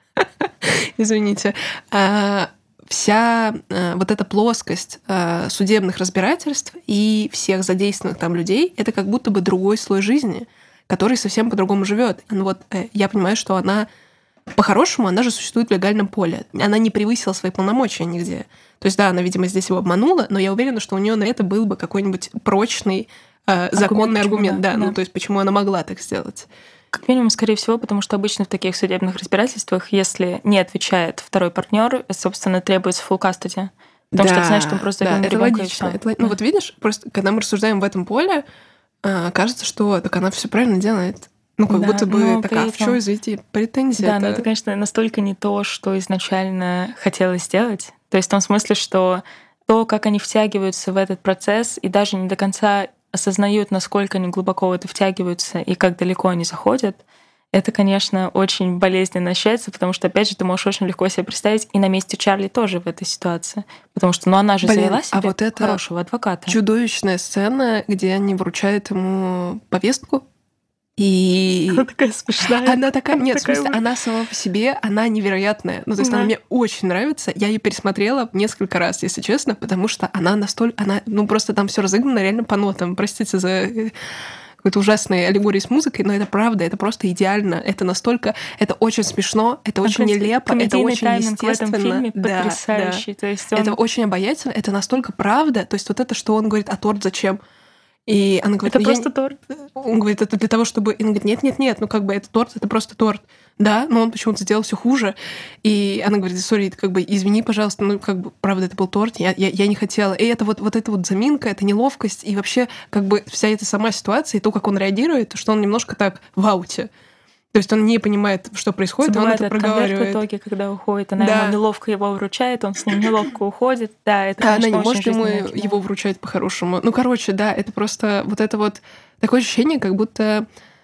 Извините. А, вся а, вот эта плоскость а, судебных разбирательств и всех задействованных там людей, это как будто бы другой слой жизни, который совсем по-другому живет. Ну вот я понимаю, что она по-хорошему, она же существует в легальном поле. Она не превысила свои полномочия нигде. То есть, да, она, видимо, здесь его обманула, но я уверена, что у нее на это был бы какой-нибудь прочный, э, законный аргумент. аргумент да, да. Ну, то есть, почему она могла так сделать. Как минимум, скорее всего, потому что обычно в таких судебных разбирательствах, если не отвечает второй партнер, собственно, требуется full custody. Потому да, что ты знаешь, что он просто да, это ребенка логично. и всё. Это, ну, вот видишь, просто когда мы рассуждаем в этом поле, э, кажется, что так она все правильно делает. Ну, как да, будто бы так, а в чём, извините, претензия? Да, но это, конечно, настолько не то, что изначально хотелось сделать. То есть в том смысле, что то, как они втягиваются в этот процесс и даже не до конца осознают, насколько они глубоко в это втягиваются и как далеко они заходят, это, конечно, очень болезненно ощущается, потому что, опять же, ты можешь очень легко себе представить, и на месте Чарли тоже в этой ситуации. Потому что, ну, она же Блин, завела себе а вот это хорошего адвоката. Чудовищная сцена, где они вручают ему повестку, И Она такая смешная. она такая, нет, в такая смысле, вот. она сама по себе, она невероятная. Ну, то есть Да. она мне очень нравится. Я ее пересмотрела несколько раз, если честно, потому что она настолько, она, ну, просто там все разыграно реально по нотам. Простите за э, какой-то ужасной аллегории с музыкой, но это правда, это просто идеально. Это настолько, это очень смешно, это Ну, очень в принципе, нелепо, это комедийный очень тайминг в естественно. этом фильме Да, потрясающий. То есть да. он... Это очень обаятельно, это настолько правда. То есть вот это, что он говорит, а торт зачем? И она говорит, Это «Ну, я просто не- торт. Он говорит, это для того, чтобы... И она говорит, нет-нет-нет, ну как бы это торт, это просто торт. Да, но он почему-то сделал все хуже. И она говорит, сори, как бы извини, пожалуйста, ну как бы, правда, это был торт, я, я, я не хотела. И это вот, вот эта вот заминка, это неловкость, и вообще как бы вся эта сама ситуация, и то, как он реагирует, что он немножко так в ауте. То есть он не понимает, что происходит, и он Забывает это этот конверт в проговаривает. итоге, когда уходит. Она Да. ему неловко его вручает, он с ним неловко уходит. Да, это, Да, она конечно, не очень может ему жизненное кино. его вручать по-хорошему. Ну, короче, да, это просто вот это вот такое ощущение, как будто...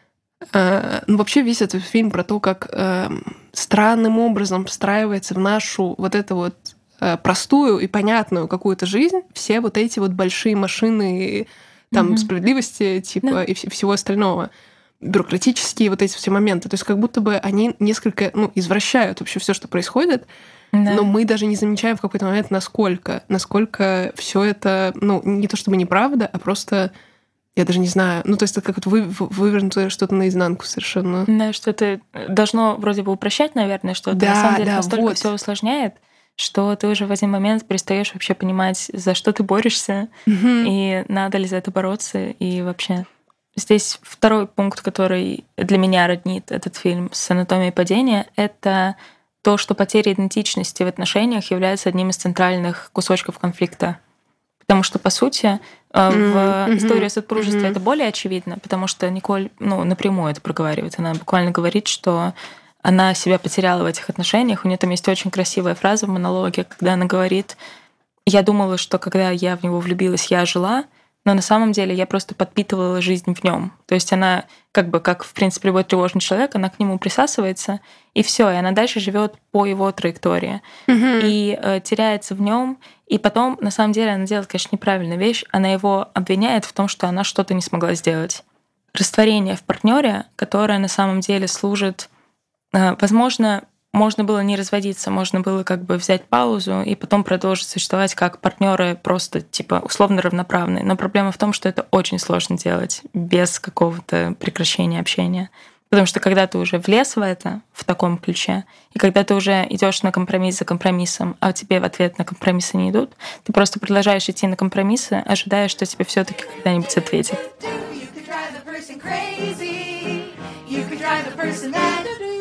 э, ну, вообще весь этот фильм про то, как э, странным образом встраивается в нашу вот эту вот э, простую и понятную какую-то жизнь все вот эти вот большие машины там Мгм. справедливости, типа, Да. и вс- всего остального. Бюрократические вот эти все моменты. То есть как будто бы они несколько, ну, извращают вообще все, что происходит, Да. но мы даже не замечаем в какой-то момент, насколько, насколько все это, ну, не то чтобы неправда, а просто, я даже не знаю, ну, то есть это как вот вы, вы- вывернутое что-то наизнанку совершенно. Да, что это должно вроде бы упрощать, наверное, что-то. Да, На самом деле да, настолько вот. все усложняет, что ты уже в один момент перестаешь вообще понимать, за что ты борешься, Мгм. и надо ли за это бороться, и вообще. Здесь второй пункт, который для меня роднит этот фильм с «Анатомией падения», это то, что потеря идентичности в отношениях является одним из центральных кусочков конфликта. Потому что, по сути, э, в Мгм, истории о супружестве мгм. это более очевидно, потому что Николь, ну, напрямую это проговаривает. Она буквально говорит, что она себя потеряла в этих отношениях. У нее там есть очень красивая фраза в монологе, когда она говорит: «Я думала, что когда я в него влюбилась, я жила, но на самом деле я просто подпитывала жизнь в нем». То есть она как бы, как в принципе любой тревожный человек, она к нему присасывается, и все, и она дальше живет по его траектории Мгм. и э, теряется в нем. И потом, на самом деле, она делает, конечно, неправильную вещь. Она его обвиняет в том, что она что-то не смогла сделать. Растворение в партнере, которое на самом деле служит, э, возможно, можно было не разводиться, можно было как бы взять паузу и потом продолжить существовать как партнеры просто типа условно равноправные. Но проблема в том, что это очень сложно делать без какого-то прекращения общения. Потому что когда ты уже влез в это в таком ключе, и когда ты уже идешь на компромисс за компромиссом, а тебе в ответ на компромиссы не идут, ты просто продолжаешь идти на компромиссы, ожидая, что тебе все-таки когда-нибудь ответят. You could drive the person crazy. You could drive the person that.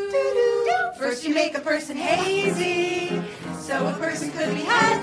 First you make a person hazy, so a person could be had.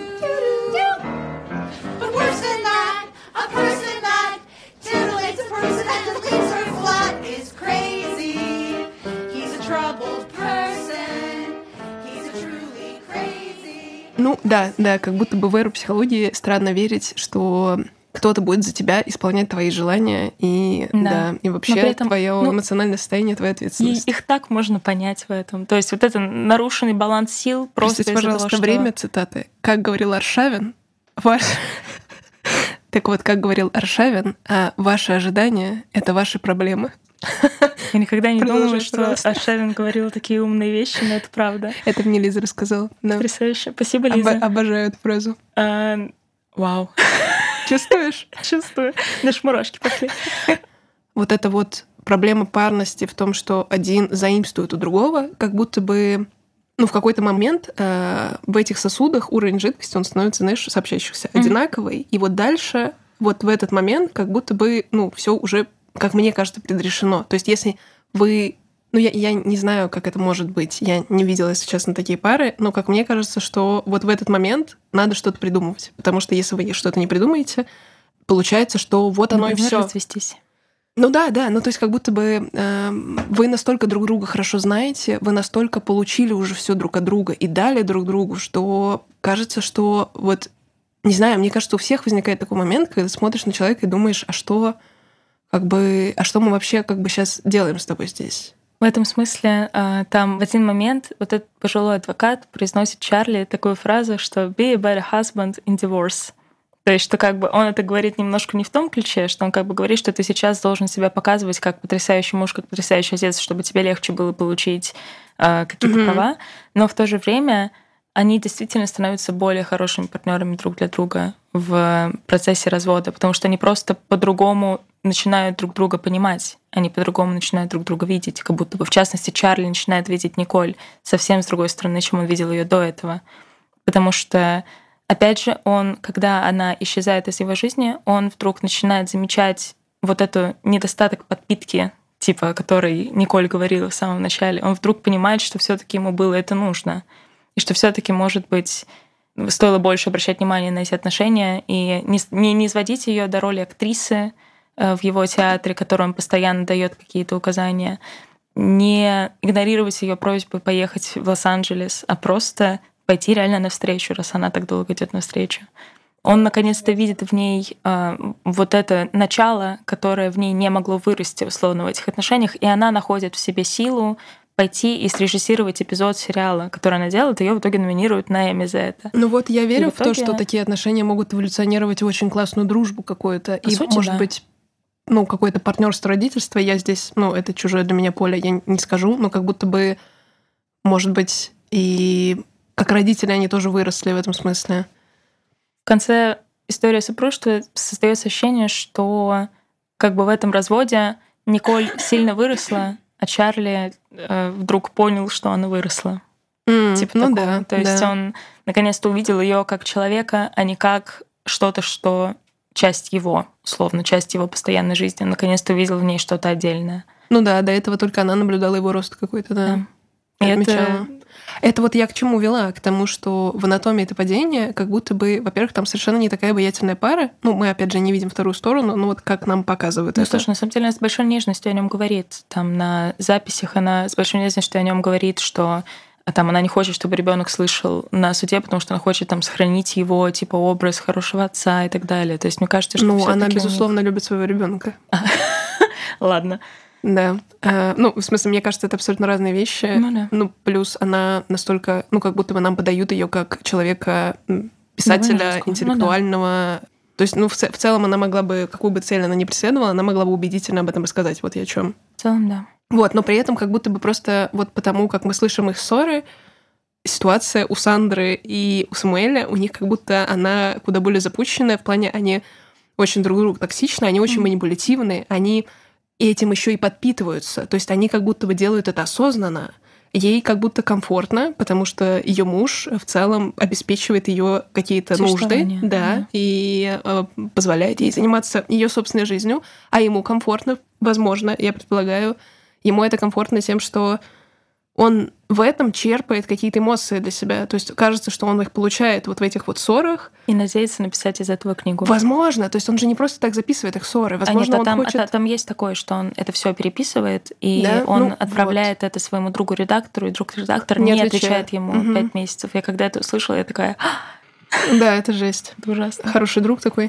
But worse than that, a person that titillates a person and leaves her flat is crazy. He's a troubled person. He's a truly crazy. Ну, да, да, как будто бы в эру психологии странно верить, что кто-то будет за тебя исполнять твои желания, и, Да. да, и вообще Но при этом, твое ну, эмоциональное состояние, твоя И ответственность. их так можно понять в этом. То есть вот это нарушенный баланс сил просто Простите, из-за того, пожалуйста, что... время цитаты. Как говорил Аршавин, ваш... Так вот, как говорил Аршавин, а ваши ожидания — это ваши проблемы. Я никогда не думала, Продолжай, что пожалуйста. Аршавин говорил такие умные вещи, но это правда. Это мне Лиза рассказала. Да. Потрясающе. Спасибо, Обо- Лиза. обожаю эту фразу. А, Вау. Чувствуешь? Чувствую. Даже мурашки пошли. Вот эта вот проблема парности в том, что один заимствует у другого, как будто бы, ну, в какой-то момент э, в этих сосудах уровень жидкости, он становится, знаешь, сообщающихся Мгм. одинаковый, и вот дальше, вот в этот момент, как будто бы, ну, все уже, как мне кажется, предрешено. То есть если вы... Ну, я, я не знаю, как это может быть. Я не видела, если честно, такие пары, но как мне кажется, что вот в этот момент надо что-то придумывать. Потому что если вы что-то не придумаете, получается, что вот оно Например, и все. развестись. Ну да, да, ну то есть как будто бы э, вы настолько друг друга хорошо знаете, вы настолько получили уже все друг от друга и дали друг другу, что кажется, что вот, не знаю, мне кажется, у всех возникает такой момент, когда ты смотришь на человека и думаешь, а что, как бы, а что мы вообще как бы сейчас делаем с тобой здесь? В этом смысле а, там в один момент вот этот пожилой адвокат произносит Чарли такую фразу, что «be a better husband in divorce». То есть, что как бы он это говорит немножко не в том ключе, что он как бы говорит, что ты сейчас должен себя показывать как потрясающий муж, как потрясающий отец, чтобы тебе легче было получить э, какие-то mm-hmm. права. Но в то же время они действительно становятся более хорошими партнерами друг для друга в процессе развода, потому что они просто по-другому начинают друг друга понимать, они по-другому начинают друг друга видеть, как будто бы, в частности, Чарли начинает видеть Николь совсем с другой стороны, чем он видел ее до этого. Потому что, опять же, он, когда она исчезает из его жизни, он вдруг начинает замечать вот эту недостаток подпитки, типа, о которой Николь говорила в самом начале. Он вдруг понимает, что все-таки ему было это нужно, и что все-таки, может быть, стоило больше обращать внимание на эти отношения и не, не, не сводить ее до роли актрисы в его театре, которой он постоянно дает какие-то указания, не игнорировать ее просьбы поехать в Лос-Анджелес, а просто пойти реально навстречу, раз она так долго идет навстречу. Он наконец-то видит в ней э, вот это начало, которое в ней не могло вырасти условно в этих отношениях, и она находит в себе силу пойти и срежиссировать эпизод сериала, который она делает, ее в итоге номинируют на Эмми за это. Ну вот я верю в, в итоге... то, что такие отношения могут эволюционировать в очень классную дружбу какую-то. По и, сути, может да. быть, ну, какое-то партнерство, родительство. Я здесь, ну, это чужое для меня поле, я не скажу, но как будто бы, может быть, и как родители они тоже выросли в этом смысле. В конце истории супружества создается ощущение, что как бы в этом разводе Николь сильно выросла, а Чарли э, вдруг понял, что она выросла. Mm, типа ну такого. Да, То есть да. он наконец-то увидел ее как человека, а не как что-то, что часть его, условно, часть его постоянной жизни. Он наконец-то увидел в ней что-то отдельное. Ну да, до этого только она наблюдала его рост какой-то, да. да. Отмечала. Это... Это вот я к чему вела? К тому, что в «Анатомии это падение» как будто бы, во-первых, там совершенно не такая обаятельная пара. Ну, мы, опять же, не видим вторую сторону, но вот как нам показывают ну, это. Слушай, на самом деле она с большой нежностью о нем говорит. Там на записях она с большой нежностью о нем говорит, что там она не хочет, чтобы ребенок слышал на суде, потому что она хочет там сохранить его типа образ хорошего отца и так далее. То есть мне кажется, что ну, она безусловно них... любит своего ребенка. Ладно. Да. А, ну, в смысле, мне кажется, это абсолютно разные вещи. Ну, да. ну плюс она настолько, ну, как будто бы нам подают ее как человека, писателя, интеллектуального. Ну, да. То есть, ну, в, ц- в целом она могла бы, какую бы цель она ни преследовала, она могла бы убедительно об этом рассказать. Вот я о чем. В целом, да. Вот, но при этом как будто бы просто вот потому, как мы слышим их ссоры, ситуация у Сандры и у Самуэля, у них как будто она куда более запущенная, в плане они очень друг другу токсичны, они очень mm-hmm. манипулятивны, они этим еще и подпитываются. То есть они как будто бы делают это осознанно. Ей как будто комфортно, потому что ее муж в целом обеспечивает ее какие-то нужды, да, да, и э, позволяет ей заниматься ее собственной жизнью, а ему комфортно, возможно, я предполагаю, ему это комфортно тем, что он в этом черпает какие-то эмоции для себя. То есть кажется, что он их получает вот в этих вот ссорах. И надеется написать из этого книгу. Возможно. То есть он же не просто так записывает их ссоры. Возможно, а нет, а он там, хочет... а там есть такое, что он это все переписывает, и да? он ну, отправляет вот. это своему другу-редактору, и друг-редактор не, не отвечает. отвечает ему угу. пять месяцев. Я когда это услышала, я такая... Да, это жесть. Это ужасно. Хороший друг такой.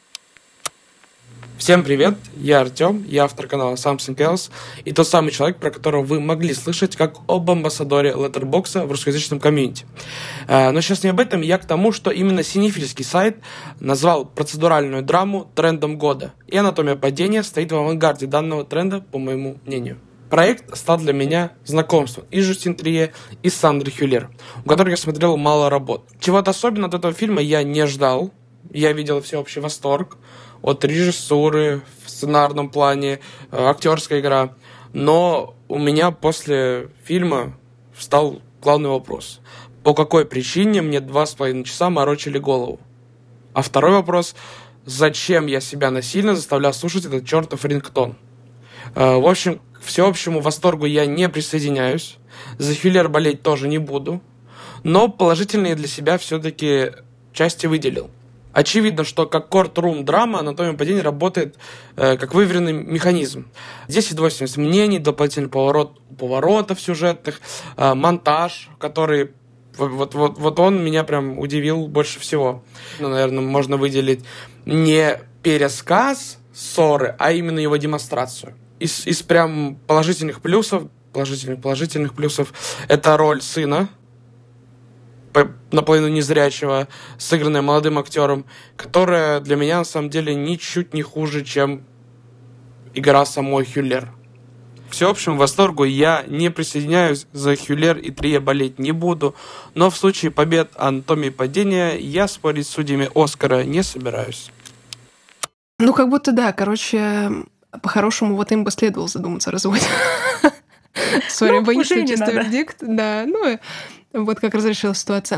Всем привет, я Артём, я автор канала Something Else и тот самый человек, про которого вы могли слышать как об амбассадоре Letterboxd в русскоязычном комьюнити. Но сейчас не об этом, я к тому, что именно синефильский сайт назвал процедуральную драму трендом года, и «Анатомия падения» стоит в авангарде данного тренда, по моему мнению. Проект стал для меня знакомством и с Жюстин Трие, и с Сандрой Хюллер, у которых я смотрел мало работ. Чего-то особенного от этого фильма я не ждал, я видел всеобщий восторг от режиссуры, в сценарном плане, актерская игра. Но у меня после фильма встал главный вопрос. По какой причине мне два с половиной часа морочили голову? А второй вопрос. Зачем я себя насильно заставлял слушать этот чертов рингтон? В общем, к всеобщему восторгу я не присоединяюсь. За Хюллер болеть тоже не буду. Но положительные для себя все-таки части выделил. Очевидно, что как корт-рум драма «Анатомия падения» работает э, как выверенный механизм. Здесь есть двойственность мнений, дополнительный поворот поворотов сюжетных, э, монтаж, который вот, вот, вот он меня прям удивил больше всего. Ну, наверное, можно выделить не пересказ ссоры, а именно его демонстрацию. Из, из прям положительных плюсов, положительных положительных плюсов, это роль сына. по- наполовину незрячего, сыгранная молодым актером, которая для меня на самом деле ничуть не хуже, чем игра самой Хюллер. Всеобщему восторгу я не присоединяюсь, за Хюллер и Трие болеть не буду, но в случае побед «Анатомии падения» я спорить с судьями Оскара не собираюсь. Ну, как будто да. Короче, по-хорошему, вот им бы следовало задуматься о разводе. Сори, Ну, уже не вынесли чистый надо. вердикт. Да, ну, вот как разрешилась ситуация.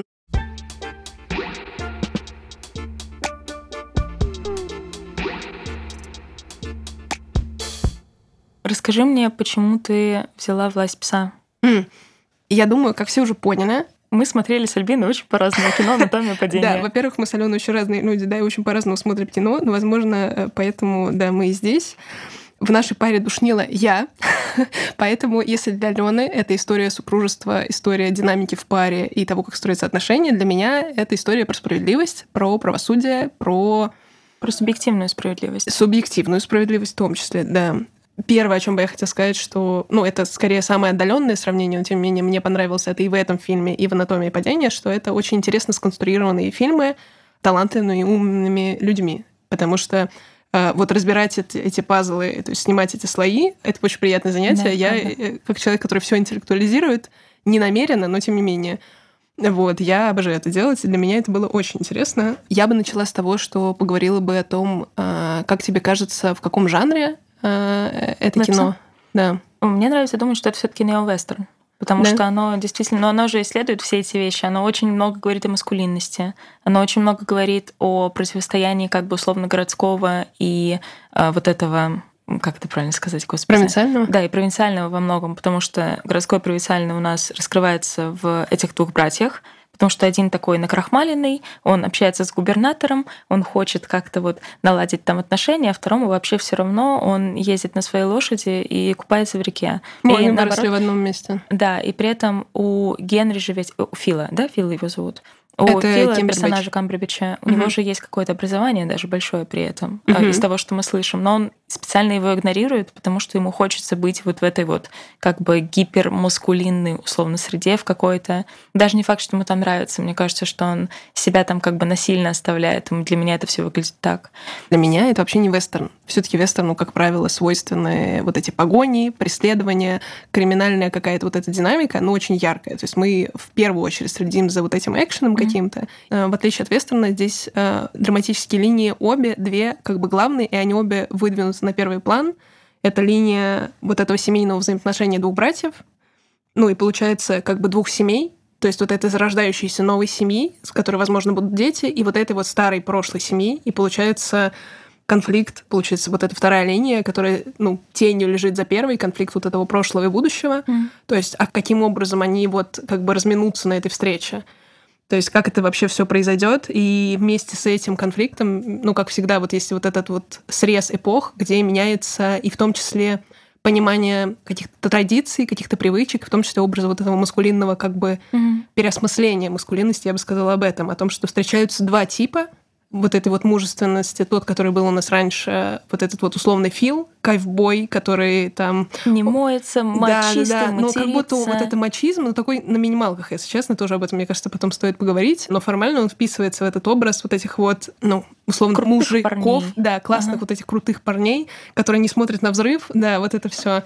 Расскажи мне, почему ты взяла «Власть пса». М. Я думаю, как все уже поняли. Мы смотрели с Альбиной очень по-разному кино «Анатомия Да, падения». во-первых, мы с Аленой очень разные люди, да, и очень по-разному смотрим кино, но, возможно, э, поэтому, да, мы и здесь. В нашей паре душнила я, поэтому если для Алены это история супружества, история динамики в паре и того, как строятся отношения, для меня это история про справедливость, про правосудие, про Про субъективную справедливость. субъективную справедливость в том числе, да. Первое, о чем бы я хотела сказать, что, ну, это скорее самое отдаленное сравнение, но тем не менее мне понравилось это и в этом фильме, и в «Анатомии падения», что это очень интересно сконструированные фильмы талантливыми и умными людьми, потому что э, вот разбирать эти, эти пазлы, то есть снимать эти слои, это очень приятное занятие. Да, я, правда. э, как человек, который все интеллектуализирует, не намеренно, но тем не менее, вот, я обожаю это делать, и для меня это было очень интересно. Я бы начала с того, что поговорила бы о том, э, как тебе кажется, в каком жанре э, это «Власть кино. пса»? Да. Мне нравится думать, что это все таки нео-вестерн. Потому Да. что оно действительно, но оно же исследует все эти вещи, оно очень много говорит о маскулинности, оно очень много говорит о противостоянии как бы условно городского и э, вот этого, как это правильно сказать, господи? Провинциального? Да, и провинциального во многом, потому что городской и провинциальный у нас раскрывается в этих двух братьях, потому что один такой накрахмаленный, он общается с губернатором, он хочет как-то вот наладить там отношения, а второму вообще все равно, он ездит на своей лошади и купается в реке. Мы И выросли наоборот- в одном месте. Да, и при этом у Генри же ведь... У Фила, да, Фила его зовут? У Это Фила, Камбербэтч. персонажа Камбербэтча, у Мгм. него же есть какое-то образование даже большое при этом, а, Мгм. из того, что мы слышим. Но он специально его игнорирует, потому что ему хочется быть вот в этой вот как бы гипермаскулинной условно среде в какой-то. Даже не факт, что ему там нравится. Мне кажется, что он себя там как бы насильно оставляет. И для меня это все выглядит так. Для меня это вообще не вестерн. Все-таки вестерну, как правило, свойственны вот эти погони, преследования, криминальная какая-то вот эта динамика, но очень яркая. То есть мы в первую очередь следим за вот этим экшеном Мгм. каким-то. Э, В отличие от вестерна, здесь э, драматические линии обе, две как бы главные, и они обе выдвинуты на первый план. Это линия вот этого семейного взаимоотношения двух братьев, ну и получается как бы двух семей, то есть вот этой зарождающейся новой семьи, с которой, возможно, будут дети, и вот этой вот старой прошлой семьи, и получается конфликт, получается вот эта вторая линия, которая, ну, тенью лежит за первой, конфликт вот этого прошлого и будущего, Мгм. то есть а каким образом они вот как бы разминутся на этой встрече. То есть как это вообще все произойдет, и вместе с этим конфликтом, ну, как всегда, вот есть вот этот вот срез эпох, где меняется и в том числе понимание каких-то традиций, каких-то привычек, в том числе образа вот этого маскулинного как бы Мгм. переосмысления маскулинности, я бы сказала об этом, о том, что встречаются два типа вот этой вот мужественности, тот, который был у нас раньше, вот этот вот условный Фил, кайфбой, который там... Не моется, мачистый, Да, да, да. Но как будто матерится. вот это мачизм, ну, такой на минималках, если честно, тоже об этом, мне кажется, потом стоит поговорить, но формально он вписывается в этот образ вот этих вот, ну, условно, Крутых мужиков, парней. да, классных Ага. вот этих крутых парней, которые не смотрят на взрыв, да, вот это все.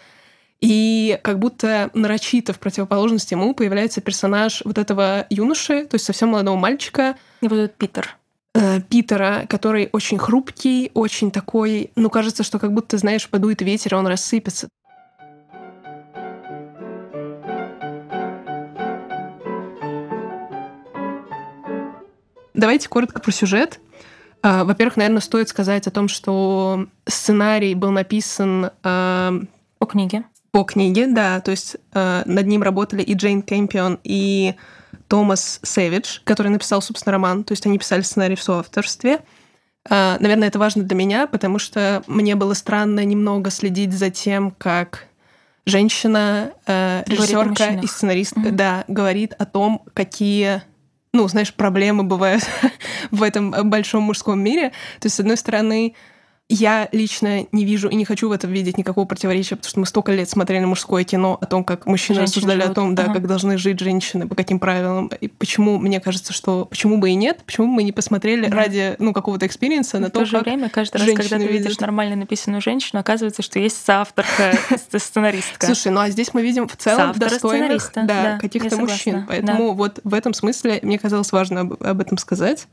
И как будто нарочито в противоположность ему появляется персонаж вот этого юноши, то есть совсем молодого мальчика, Его зовут Питер. э, Питера, который очень хрупкий, очень такой, ну, кажется, что как будто, знаешь, подует ветер, и он рассыпется. Давайте коротко про сюжет. А, Во-первых, наверное, стоит сказать о том, что сценарий был написан а, По книге. по книге, да, то есть э, над ним работали и Джейн Кэмпион, и Томас Сэвидж, который написал, собственно, роман, то есть они писали сценарий в соавторстве. Э, наверное, это важно для меня, потому что мне было странно немного следить за тем, как женщина, э, Говорит о режиссерка мужчинах. и сценаристка, Мгм. да, говорит о том, какие, ну, знаешь, проблемы бывают в этом большом мужском мире. То есть, с одной стороны, Я лично не вижу и не хочу в этом видеть никакого противоречия, потому что мы столько лет смотрели мужское кино о том, как мужчины Женщины рассуждали живут. о том, да, Ага. как должны жить женщины, по каким правилам. И почему, мне кажется, что почему бы и нет, почему бы мы не посмотрели Да. ради ну, какого-то экспириенса на В то, то же как время, каждый раз, когда женщины ты видишь видят. нормально написанную женщину, оказывается, что есть соавторка, сценаристка. Слушай, ну а здесь мы видим в целом Соавтора достойных сценариста, да, да, каких-то я согласна, мужчин. да. Поэтому вот в этом смысле мне казалось важно об, об этом сказать.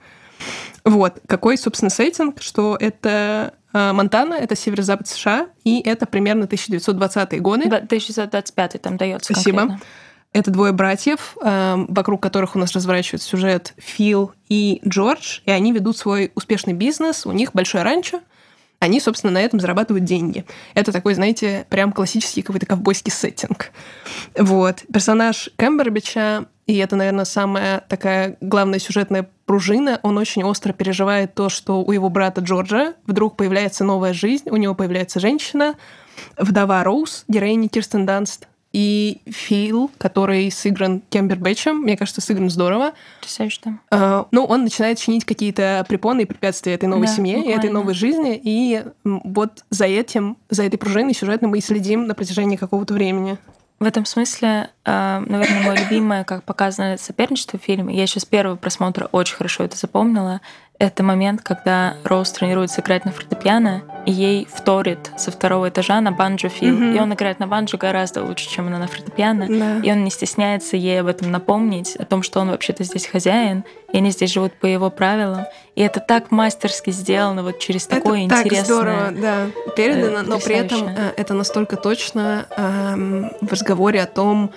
Вот. Какой, собственно, сеттинг, что это э, Монтана, это северо-запад США, и это примерно тысяча девятьсот двадцатые годы. Да, тысяча девятьсот двадцать пятый там дается Спасибо. конкретно. Это двое братьев, э, вокруг которых у нас разворачивается сюжет Фил и Джордж, и они ведут свой успешный бизнес, у них большое ранчо, они, собственно, на этом зарабатывают деньги. Это такой, знаете, прям классический какой-то ковбойский сеттинг. Вот. Персонаж Кэмбербича, и это, наверное, самая такая главная сюжетная пружина, он очень остро переживает то, что у его брата Джорджа вдруг появляется новая жизнь, у него появляется женщина, вдова Роуз, героиня Кирстен Данст, и Фил, который сыгран Кэмбербэтчем, мне кажется, сыгран здорово. Потрясающе там. Э, ну, он начинает чинить какие-то препоны и препятствия этой новой Да, семье и этой буквально. новой жизни, и м, вот за этим, за этой пружиной сюжетно мы и следим на протяжении какого-то времени. В этом смысле, э, наверное, мое любимое, как показано соперничество в фильме, я еще с первого просмотра очень хорошо это запомнила, это момент, когда Роуз тренируется играть на фортепиано, и ей вторит со второго этажа на банджо Фил. Мгм. И он играет на банджо гораздо лучше, чем она на фортепиано. Да. И он не стесняется ей об этом напомнить, о том, что он вообще-то здесь хозяин, и они здесь живут по его правилам. И это так мастерски сделано вот через такое это интересное... так здорово, да, передано, э, но при этом потрясающе. э, это настолько точно эм, в разговоре о том,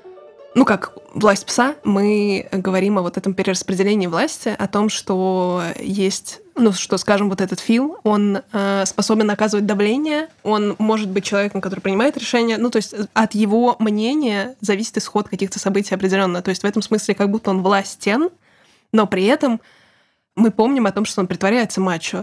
ну как власть пса, мы говорим о вот этом перераспределении власти, о том, что есть, ну что, скажем, вот этот Фил, он э, способен оказывать давление, он может быть человеком, который принимает решения, ну то есть от его мнения зависит исход каких-то событий определенно. То есть в этом смысле как будто он властен, но при этом мы помним о том, что он притворяется мачо.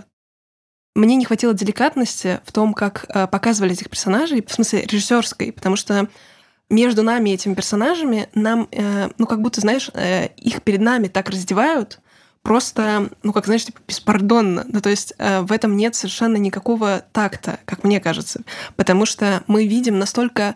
Мне не хватило деликатности в том, как э, показывали этих персонажей, в смысле режиссерской, потому что между нами и этими персонажами нам, э, ну, как будто, знаешь, э, их перед нами так раздевают, просто, ну, как, знаешь, типа беспардонно. Ну, то есть э, в этом нет совершенно никакого такта, как мне кажется, потому что мы видим настолько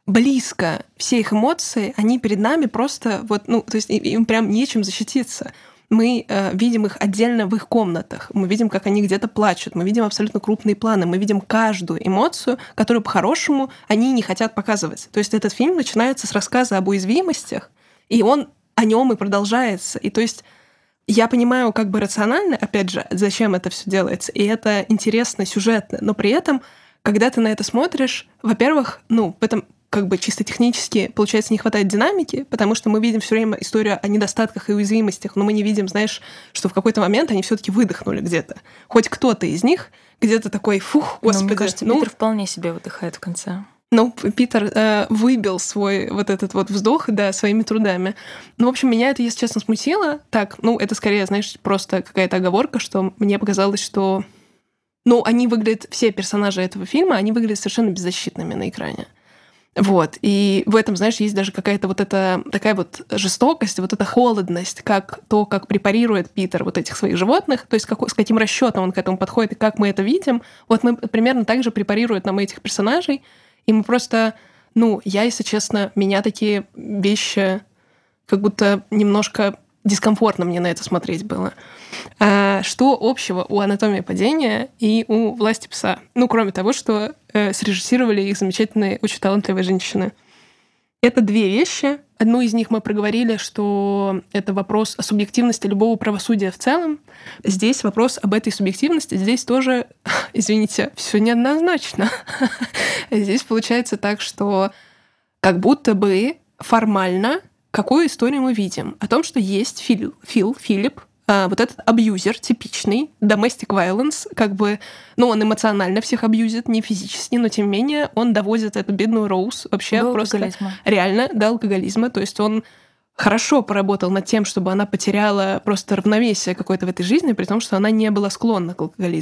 близко все их эмоции, они перед нами просто вот, ну, то есть им прям нечем защититься. Мы э, видим их отдельно в их комнатах, мы видим, как они где-то плачут, мы видим абсолютно крупные планы, мы видим каждую эмоцию, которую по-хорошему они не хотят показывать. То есть этот фильм начинается с рассказа об уязвимостях, и он о нем и продолжается. И то есть я понимаю как бы рационально, опять же, зачем это все делается, и это интересно сюжетно, но при этом, когда ты на это смотришь, во-первых, ну, в этом как бы чисто технически, получается, не хватает динамики, потому что мы видим все время историю о недостатках и уязвимостях, но мы не видим, знаешь, что в какой-то момент они все-таки выдохнули где-то. Хоть кто-то из них где-то такой, фух, господи. Ну, мне кажется, ну, Питер вполне себе выдыхает в конце. Ну, Питер э, выбил свой вот этот вот вздох, да, своими трудами. Ну, в общем, меня это, если честно, смутило. Так, ну, это скорее, знаешь, просто какая-то оговорка, что мне показалось, что... Ну, они выглядят, все персонажи этого фильма, они выглядят совершенно беззащитными на экране. Вот. И в этом, знаешь, есть даже какая-то вот эта такая вот жестокость, вот эта холодность, как то, как препарирует Питер вот этих своих животных, то есть какой, с каким расчетом он к этому подходит и как мы это видим. Вот мы примерно так же препарирует нам этих персонажей, и мы просто, ну, я, если честно, меня такие вещи как будто немножко дискомфортно мне на это смотреть было. А что общего у «Анатомии падения» и у «Власти пса»? Ну, кроме того, что э, срежиссировали их замечательные, очень талантливые женщины. Это две вещи. Одну из них мы проговорили, что это вопрос о субъективности любого правосудия в целом. Здесь вопрос об этой субъективности. Здесь тоже, извините, все неоднозначно. Здесь получается так, что как будто бы формально какую историю мы видим? О том, что есть Фил, Фил Филипп, а, вот этот абьюзер типичный, domestic violence, как бы, ну, он эмоционально всех абьюзит, не физически, но тем не менее он доводит эту бедную Роуз вообще До просто алкоголизма. реально до алкоголизма. То есть он хорошо поработал над тем, чтобы она потеряла просто равновесие какое-то в этой жизни, при том, что она не была склонна к алкоголизму.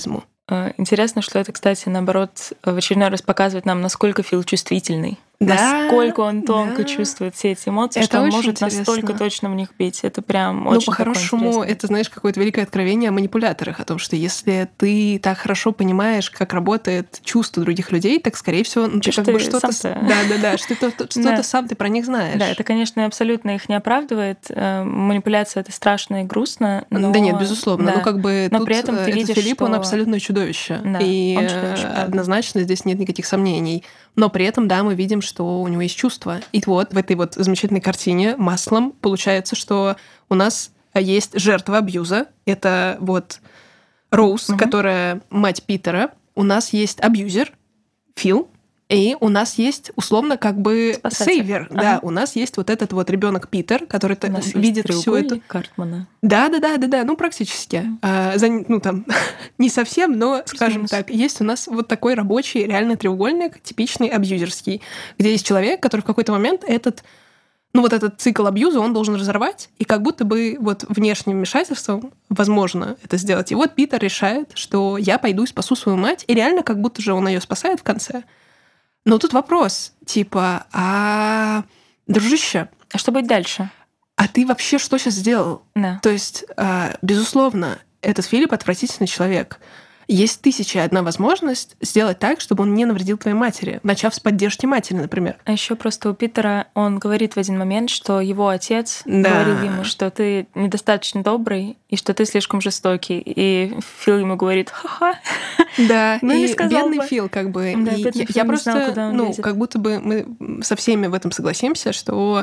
Э, Интересно, что это, кстати, наоборот, в очередной раз показывает нам, насколько Фил чувствительный. Да, Насколько он тонко да. чувствует все эти эмоции, Это что он очень может интересно. настолько точно в них бить. Это прям Ну, очень такое по-хорошему, интересное. это, знаешь, какое-то великое откровение о манипуляторах, о том, что если ты так хорошо понимаешь, как работает чувство других людей, так, скорее всего, ну, ты Чё ж как бы ты что-то... сам-то- Да-да-да, что-то, Да. что-то сам ты про них знаешь. Да, это, конечно, абсолютно их не оправдывает. Э, Манипуляция — это страшно и грустно. Но... Да нет, безусловно. Да. Ну, как бы Но тут при этом ты этот видишь, Филипп, он что- абсолютное чудовище. Да, и он чудовище, э, правда. однозначно здесь нет никаких сомнений. Но при этом, да, мы видим, что у него есть чувства. И вот в этой вот замечательной картине маслом получается, что у нас есть жертва абьюза. Это вот Роуз, Мгм. которая мать Питера. У нас есть абьюзер Фил. И у нас есть, условно, как бы Спасатель. сейвер. Ага. Да, у нас есть вот этот вот ребенок Питер, который У нас есть видит всю эту... треугольник Картмана. Да, да, да, да, да, ну практически. А, за, ну там не совсем, но, скажем Плюс-минус. так, есть у нас вот такой рабочий реальный треугольник, типичный абьюзерский, где есть человек, который в какой-то момент этот, ну вот этот цикл абьюза он должен разорвать, и как будто бы вот внешним вмешательством возможно это сделать. И вот Питер решает, что я пойду и спасу свою мать, и реально как будто же он ее спасает в конце. Но тут вопрос, типа, а дружище, А что будет дальше? а ты вообще что сейчас сделал? Да. То есть, а, безусловно, этот Филипп отвратительный человек. Есть тысяча и одна возможность сделать так, чтобы он не навредил твоей матери, начав с поддержки матери, например. А еще просто у Питера он говорит в один момент, что его отец Да. говорил ему, что ты недостаточно добрый и что ты слишком жестокий. И Фил ему говорит: ха-ха. Да, Ну, и не сказал бедный бы. Фил, как бы. Да, и бедный я, Фил я не просто, знал, куда он ну, лезет. как будто бы мы со всеми в этом согласимся, что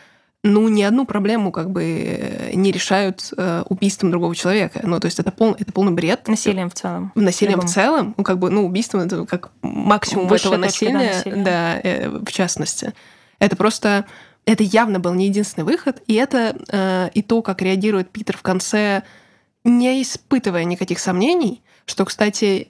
ну, ни одну проблему как бы не решают э, убийством другого человека. Ну, то есть это, пол, это полный бред. Насилием в целом. Насилием Любым. в целом, ну, как бы, ну, убийство это как максимум Высшая этого точка, да, насилия, насилия. да, э, в частности. Это просто, это явно был не единственный выход, и это э, и то, как реагирует Питер в конце, не испытывая никаких сомнений, что, кстати,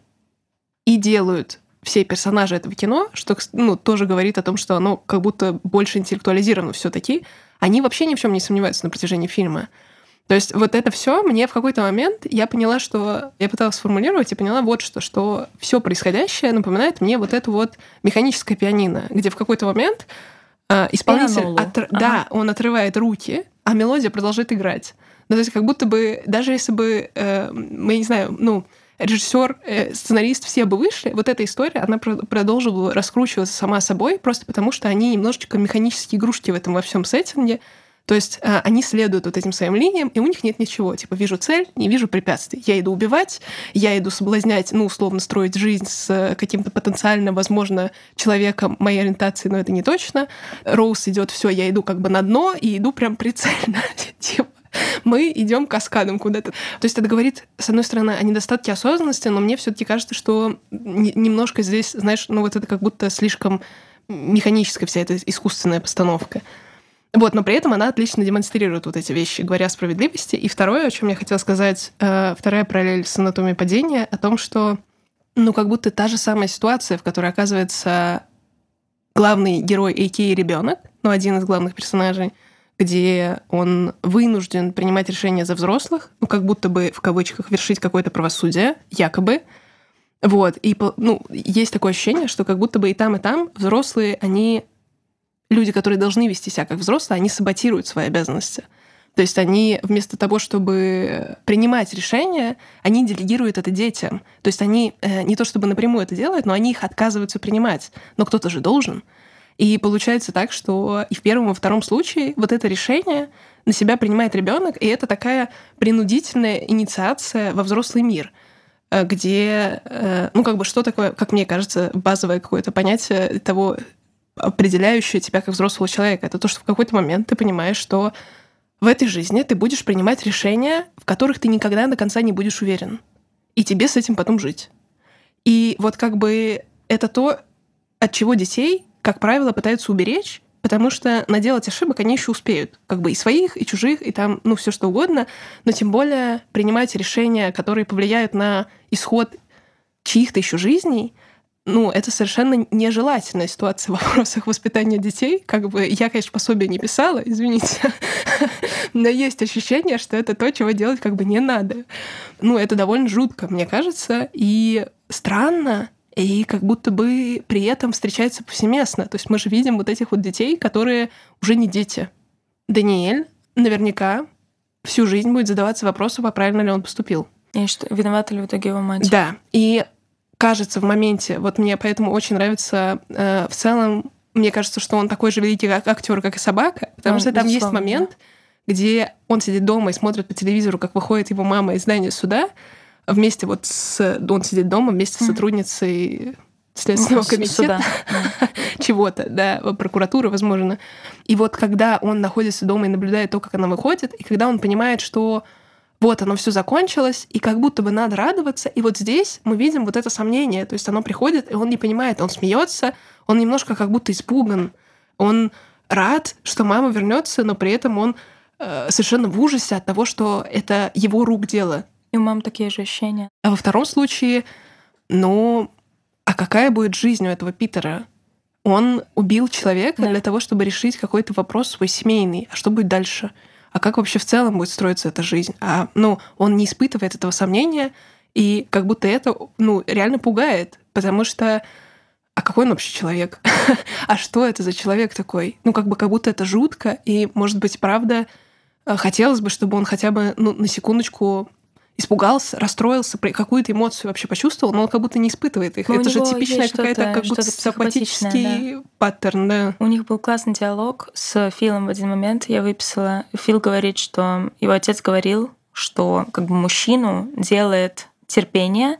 и делают все персонажи этого кино, что, ну, тоже говорит о том, что оно как будто больше интеллектуализировано все-таки. Они вообще ни в чем не сомневаются на протяжении фильма. То есть вот это все мне в какой-то момент я поняла, что я пыталась сформулировать и поняла вот что, что все происходящее напоминает мне вот это вот механическое пианино, где в какой-то момент э, исполнитель, Пианоло. отр- Ага. да, он отрывает руки, а мелодия продолжает играть. Ну, то есть как будто бы даже если бы, э, мы не знаю, ну режиссер, э, сценарист, все бы вышли, вот эта история, она про- продолжила раскручиваться сама собой, просто потому что они немножечко механические игрушки в этом во всем сеттинге. То есть э, они следуют вот этим своим линиям, и у них нет ничего. Типа, вижу цель, не вижу препятствий. Я иду убивать, я иду соблазнять, ну, условно, строить жизнь с э, каким-то потенциально, возможно, человеком моей ориентации, но это не точно. Роуз идет, все, я иду как бы на дно, и иду прям прицельно. Типа, мы идем каскадом куда-то. То есть это говорит, с одной стороны, о недостатке осознанности, но мне все-таки кажется, что не- немножко здесь, знаешь, ну вот это как будто слишком механическая вся эта искусственная постановка. Вот, но при этом она отлично демонстрирует вот эти вещи, говоря о справедливости. И второе, о чем я хотела сказать, э, вторая параллель с анатомией падения, о том, что, ну, как будто та же самая ситуация, в которой оказывается главный герой, а.к.а. ребенок, ну, один из главных персонажей, где он вынужден принимать решения за взрослых, ну, как будто бы, в кавычках, вершить какое-то правосудие, якобы. Вот, и, ну, есть такое ощущение, что как будто бы и там, и там взрослые, они, люди, которые должны вести себя как взрослые, они саботируют свои обязанности. То есть они вместо того, чтобы принимать решения, они делегируют это детям. То есть они э, не то чтобы напрямую это делают, но они их отказываются принимать. Но кто-то же должен. И получается так, что и в первом, и во втором случае вот это решение на себя принимает ребенок, и это такая принудительная инициация во взрослый мир, где, ну, как бы, что такое, как мне кажется, базовое какое-то понятие того, определяющее тебя как взрослого человека. Это то, что в какой-то момент ты понимаешь, что в этой жизни ты будешь принимать решения, в которых ты никогда до конца не будешь уверен. И тебе с этим потом жить. И вот как бы это то, от чего детей, как правило, пытаются уберечь, потому что наделать ошибок они еще успеют. Как бы и своих, и чужих, и там, ну, все что угодно. Но тем более принимать решения, которые повлияют на исход чьих-то еще жизней, ну, это совершенно нежелательная ситуация в вопросах воспитания детей. Как бы я, конечно, пособие не писала, извините, но есть ощущение, что это то, чего делать как бы не надо. Ну, это довольно жутко, мне кажется, и странно, и как будто бы при этом встречается повсеместно. То есть мы же видим вот этих вот детей, которые уже не дети. Даниэль наверняка всю жизнь будет задаваться вопросом, а правильно ли он поступил. И что, виновата ли в итоге его мать? Да, и кажется в моменте, вот мне поэтому очень нравится э, в целом, мне кажется, что он такой же великий как актер, как и собака, потому Ну, что там есть безусловно, момент, да. где он сидит дома и смотрит по телевизору, как выходит его мама из здания суда, вместе вот с... Он сидит дома вместе с сотрудницей Следственного Ну, с- комитета, суда. чего-то, да, прокуратуры, возможно. И вот когда он находится дома и наблюдает то, как она выходит, и когда он понимает, что вот оно все закончилось, и как будто бы надо радоваться, и вот здесь мы видим вот это сомнение, то есть оно приходит, и он не понимает, он смеется, он немножко как будто испуган, он рад, что мама вернется, но при этом он э, совершенно в ужасе от того, что это его рук дело. И у мамы такие же ощущения. А во втором случае, ну, а какая будет жизнь у этого Питера? Он убил человека Да. для того, чтобы решить какой-то вопрос свой семейный. А что будет дальше? А как вообще в целом будет строиться эта жизнь? А, ну, он не испытывает этого сомнения, и как будто это, ну, реально пугает, потому что а какой он вообще человек? А что это за человек такой? Ну, как бы как будто это жутко, и, может быть, правда, э, хотелось бы, чтобы он хотя бы, ну, на секундочку испугался, расстроился, при- какую-то эмоцию вообще почувствовал, но он как будто не испытывает их. Ну, у это же него типичная есть какая-то, что-то- как будто что-то психопатичное, психопатический паттерн, да. У них был классный диалог с Филом в один момент, я выписала. Фил говорит, что его отец говорил, что как бы мужчину делает терпение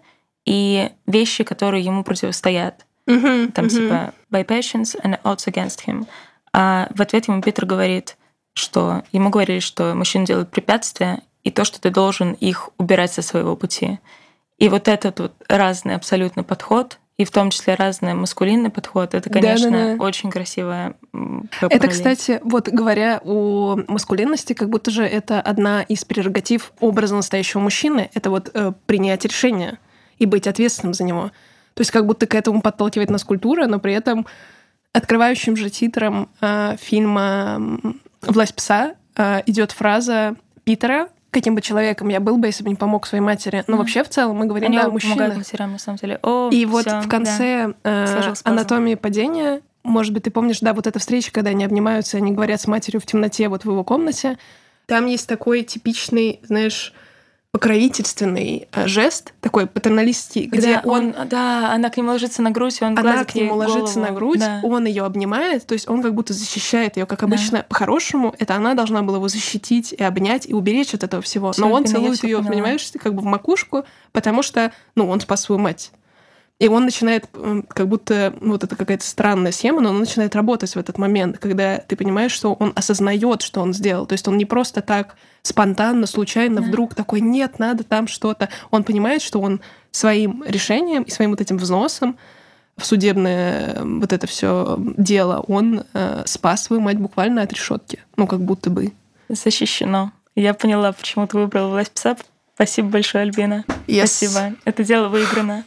и вещи, которые ему противостоят. Мгм, Там мгм. типа by patience and odds against him. А в ответ ему Питер говорит, что ему говорили, что мужчина делает препятствия, и то, что ты должен их убирать со своего пути. И вот этот вот разный абсолютно подход, и в том числе разный маскулинный подход, это, конечно, Да-да-да. очень красивая м, Это, параллель. кстати, вот говоря о маскулинности, как будто же это одна из прерогатив образа настоящего мужчины, это вот э, принять решение и быть ответственным за него. То есть как будто к этому подталкивает нас культура, но при этом открывающим же титром э, фильма м, «Власть пса» э, идет фраза Питера: каким бы человеком я был бы, если бы не помог своей матери. Но Мгм. вообще в целом мы говорим, Они да, оба помогают мужчина. матерям, на самом деле. О, И вот всё, в конце э, Сложился пазл. «Анатомии падения», может быть, ты помнишь, да, вот эта встреча, когда они обнимаются, они говорят с матерью в темноте вот в его комнате. Там есть такой типичный, знаешь, покровительственный э, жест, такой патерналистский, да. где Где он... он, да, она к нему ложится на грудь, и он Она гладит к нему ей ложится голову. на грудь, Да. он ее обнимает, то есть он как будто защищает ее, как обычно, по-хорошему, это она должна была его защитить и обнять и уберечь от этого всего. Всё, Но он Альбина, я целует всё ее, поняла. понимаешь, как бы в макушку, потому что, ну, он спас свою мать. И он начинает, м, как будто, ну, вот это какая-то странная схема, но он начинает работать в этот момент, когда ты понимаешь, что он осознает, что он сделал. То есть он не просто так спонтанно, случайно, Да. вдруг такой, нет, надо там что-то. Он понимает, что он своим решением и своим вот этим взносом в судебное э, вот это все дело, он э, спас свою мать буквально от решетки. Ну, как будто бы. Защищено. Я поняла, почему ты выбрала «Власть пса». Спасибо большое, Альбина. Yes. Спасибо. Это дело выиграно.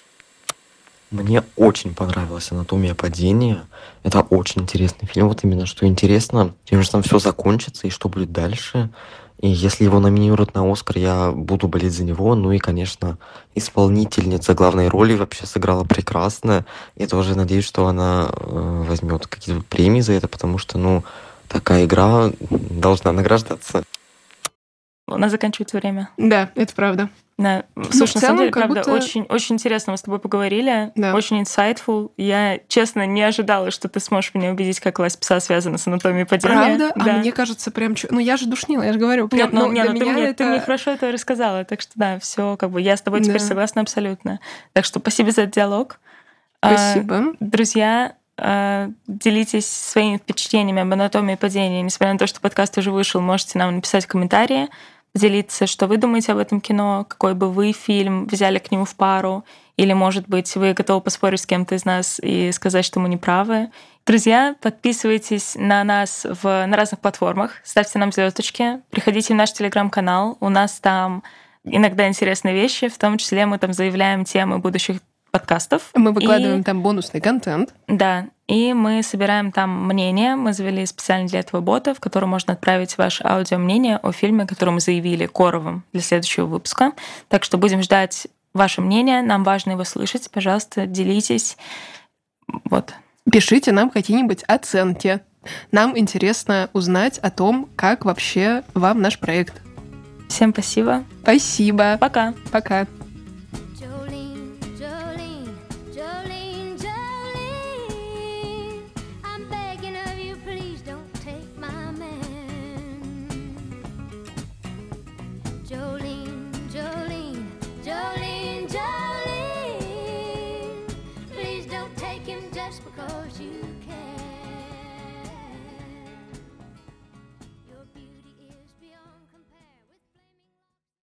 Мне очень понравилась «Анатомия падения». Это очень интересный фильм. Вот именно, что интересно, тем же там все закончится и что будет дальше. И если его номинируют на «Оскар», я буду болеть за него. Ну и, конечно, исполнительница главной роли вообще сыграла прекрасно. Я тоже надеюсь, что она э, возьмет какие-то премии за это, потому что, ну, такая игра должна награждаться. У нас заканчивается время. Да, это правда. Да. в Слушай, на целом, самом деле, как правда, будто- очень, очень интересно мы с тобой поговорили. Да. Очень insightful. Я, честно, не ожидала, что ты сможешь меня убедить, как «Власть пса» связана с «Анатомией падения». Правда? Да. А мне кажется, прям... чё- Ну, я же душнила, я же говорю. Прям, Нет, ну, не, для ну ты, меня мне, это... ты мне хорошо это рассказала, так что да, все, как бы я с тобой теперь Да. согласна абсолютно. Так что спасибо за этот диалог. А, Спасибо. друзья, а, делитесь своими впечатлениями об «Анатомии падения». Несмотря на то, что подкаст уже вышел, можете нам написать в комментарии, поделиться, что вы думаете об этом кино, какой бы вы фильм взяли к нему в пару, или, может быть, вы готовы поспорить с кем-то из нас и сказать, что мы не правы. Друзья, подписывайтесь на нас в, на разных платформах, ставьте нам звездочки, приходите в наш телеграм-канал, у нас там иногда интересные вещи, в том числе мы там заявляем темы будущих подкастов. Мы выкладываем И- там бонусный контент. Да, и мы собираем там мнения. Мы завели специально для этого бота, в который можно отправить ваше аудиомнение о фильме, который мы заявили коровым для следующего выпуска. Так что будем ждать ваше мнение. Нам важно его слышать. Пожалуйста, делитесь. Вот. Пишите нам какие-нибудь оценки. Нам интересно узнать о том, как вообще вам наш проект. Всем спасибо. Спасибо. Пока. Пока. Jolene, Jolene, Jolene, Jolene, I'm begging of you, please don't take my man. Jolene, Jolene, Jolene, Jolene, please don't take him just because you can.